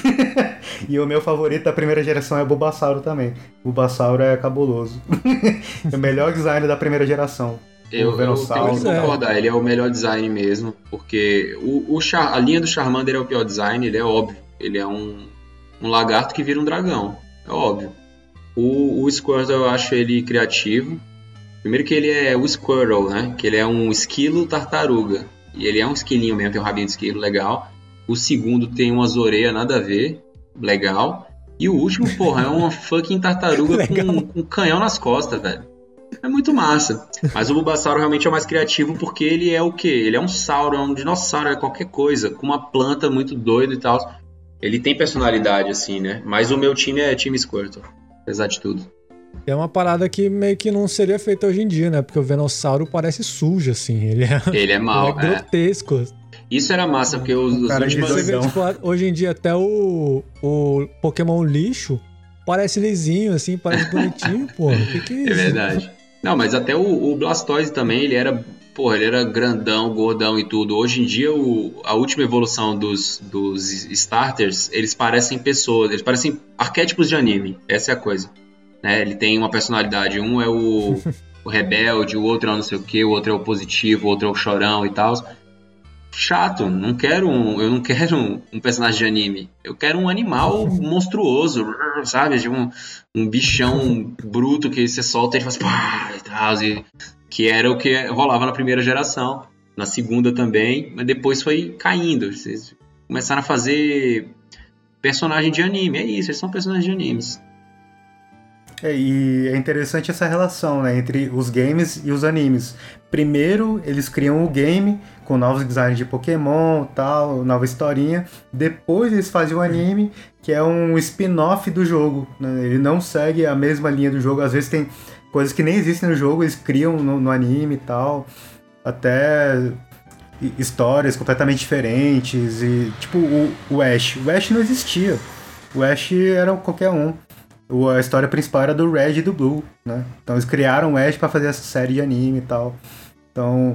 E o meu favorito da primeira geração é o Bulbasauro também. O Bulbasauro é cabuloso. É o melhor design da primeira geração. Eu, o eu Venossauro. tenho que É. concordar, ele é o melhor design mesmo, porque o, o Char- a linha do Charmander é o pior design, ele é óbvio. Ele é um, um lagarto que vira um dragão, é óbvio. O, o Squirtle eu acho ele criativo. Primeiro que ele é o Squirtle, né? Que ele é um esquilo tartaruga. E ele é um esquilinho mesmo, tem um rabinho de esquilo, legal. O segundo tem umas orelhas nada a ver, legal. E o último, porra, é uma fucking tartaruga com, com canhão nas costas, velho. É muito massa. Mas o Bulbasauro realmente é o mais criativo porque ele é o quê? Ele é um sauro, é um dinossauro, é qualquer coisa, com uma planta muito doida e tal. Ele tem personalidade, assim, né? Mas o meu time é time Squirtle, apesar de tudo. É uma parada que meio que não seria feita hoje em dia, né? Porque o Venossauro parece sujo, assim. Ele é, Ele é mau, ele é é. grotesco. Isso era massa, porque os, os cara de últimos... Você vê, doidão. tipo, hoje em dia até o, o Pokémon lixo parece lisinho, assim, parece bonitinho, pô. O que, que é isso? É verdade. Não, mas até o, o Blastoise também, ele era, porra, ele era grandão, gordão e tudo. Hoje em dia, o, a última evolução dos, dos starters, eles parecem pessoas, eles parecem arquétipos de anime. Essa é a coisa. Né? Ele tem uma personalidade. Um é o, o rebelde, o outro é o não sei o que, o outro é o positivo, o outro é o chorão e tal. Chato, não quero um, eu não quero um, um personagem de anime. Eu quero um animal monstruoso, sabe? Tipo um, um bichão bruto que você solta e faz pá, e tal, e, que era o que rolava na primeira geração, na segunda também, mas depois foi caindo. Vocês começaram a fazer personagem de anime, é isso, eles são personagens de animes. É, e é interessante essa relação, né, entre os games e os animes. Primeiro, eles criam o game com novos designs de Pokémon, tal, nova historinha. Depois eles fazem o anime, que é um spin-off do jogo, né? Ele não segue a mesma linha do jogo. Às vezes tem coisas que nem existem no jogo, eles criam no, no anime e tal. Até histórias completamente diferentes. E tipo, o, o Ash. O Ash não existia. O Ash era qualquer um. A história principal era do Red e do Blue, né? Então eles criaram o Ash pra fazer essa série de anime e tal. Então,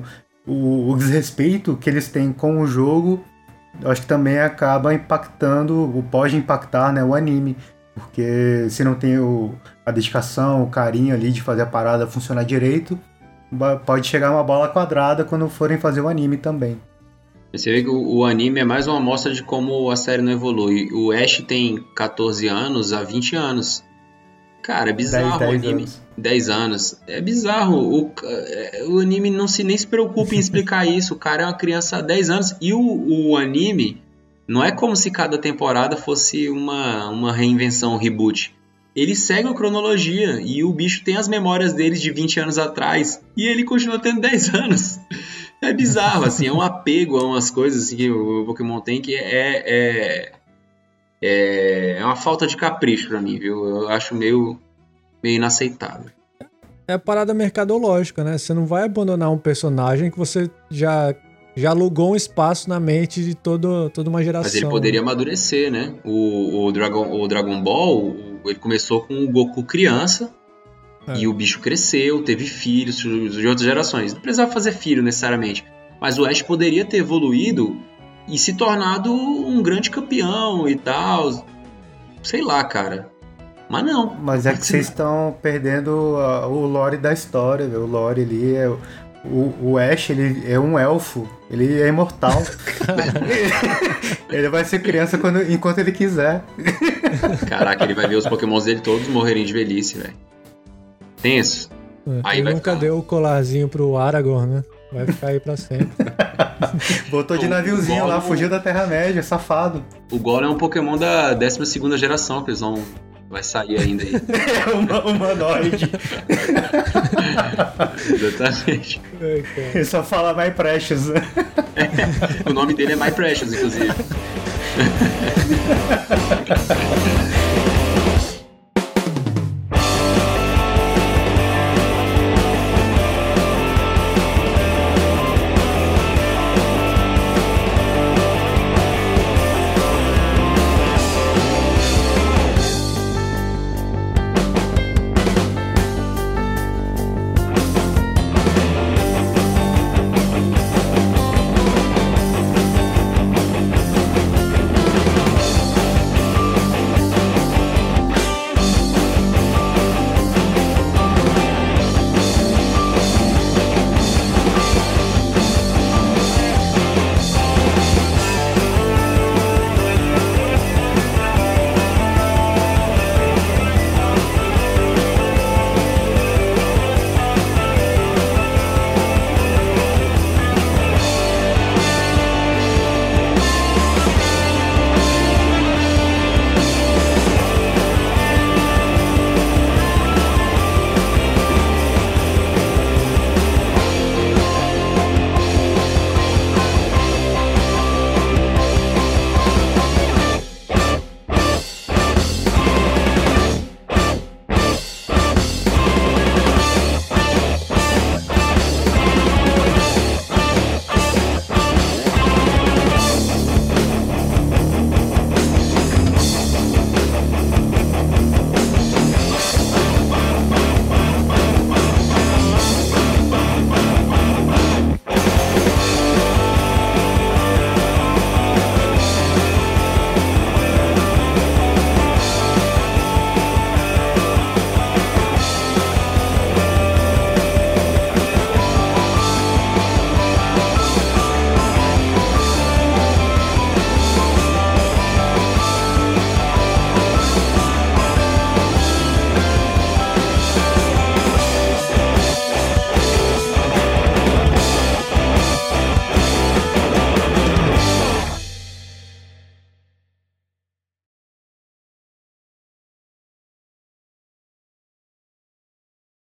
o, o desrespeito que eles têm com o jogo, eu acho que também acaba impactando, pode impactar, né, o anime. Porque se não tem o, a dedicação, o carinho ali de fazer a parada funcionar direito, pode chegar uma bola quadrada quando forem fazer o anime também. Você vê que o, o anime é mais uma amostra de como a série não evolui. O Ash tem catorze anos a vinte anos. Cara, é bizarro o anime. Anos. dez anos. É bizarro. O, o anime não se, nem se preocupa em explicar isso. O cara é uma criança há dez anos. E o, o anime não é como se cada temporada fosse uma, uma reinvenção, um reboot. Ele segue a cronologia. E o bicho tem as memórias dele de vinte anos atrás. E ele continua tendo dez anos. É bizarro, assim. É um apego a umas coisas assim, que o Pokémon tem que é... é É, é uma falta de capricho pra mim, viu? Eu acho meio, meio inaceitável. É a parada mercadológica, né? Você não vai abandonar um personagem que você já, já alugou um espaço na mente de todo, toda uma geração. Mas ele poderia amadurecer, né? O, o, Dragon, o Dragon Ball, ele começou com o Goku criança, é. E o bicho cresceu, teve filhos de outras gerações. Não precisava fazer filho necessariamente. Mas o Ash poderia ter evoluído e se tornado um grande campeão e tal. Sei lá, cara. Mas não. Mas é que vocês estão perdendo uh, o lore da história, viu? O lore ali é... O, o Ash, ele é um elfo. Ele é imortal. Ele vai ser criança quando, enquanto ele quiser. Caraca, ele vai ver os pokémons dele todos morrerem de velhice, velho. Tenso. É, aí ele vai nunca ficar... deu o colarzinho pro Aragorn, né? Vai ficar aí pra sempre. Voltou de naviozinho lá, fugiu da Terra-média, safado. O Golem é um Pokémon da décima segunda geração, que eles vão... Vai sair ainda aí. É uma humanoide. Exatamente. Ele só fala My Precious. É, o nome dele é My Precious, inclusive.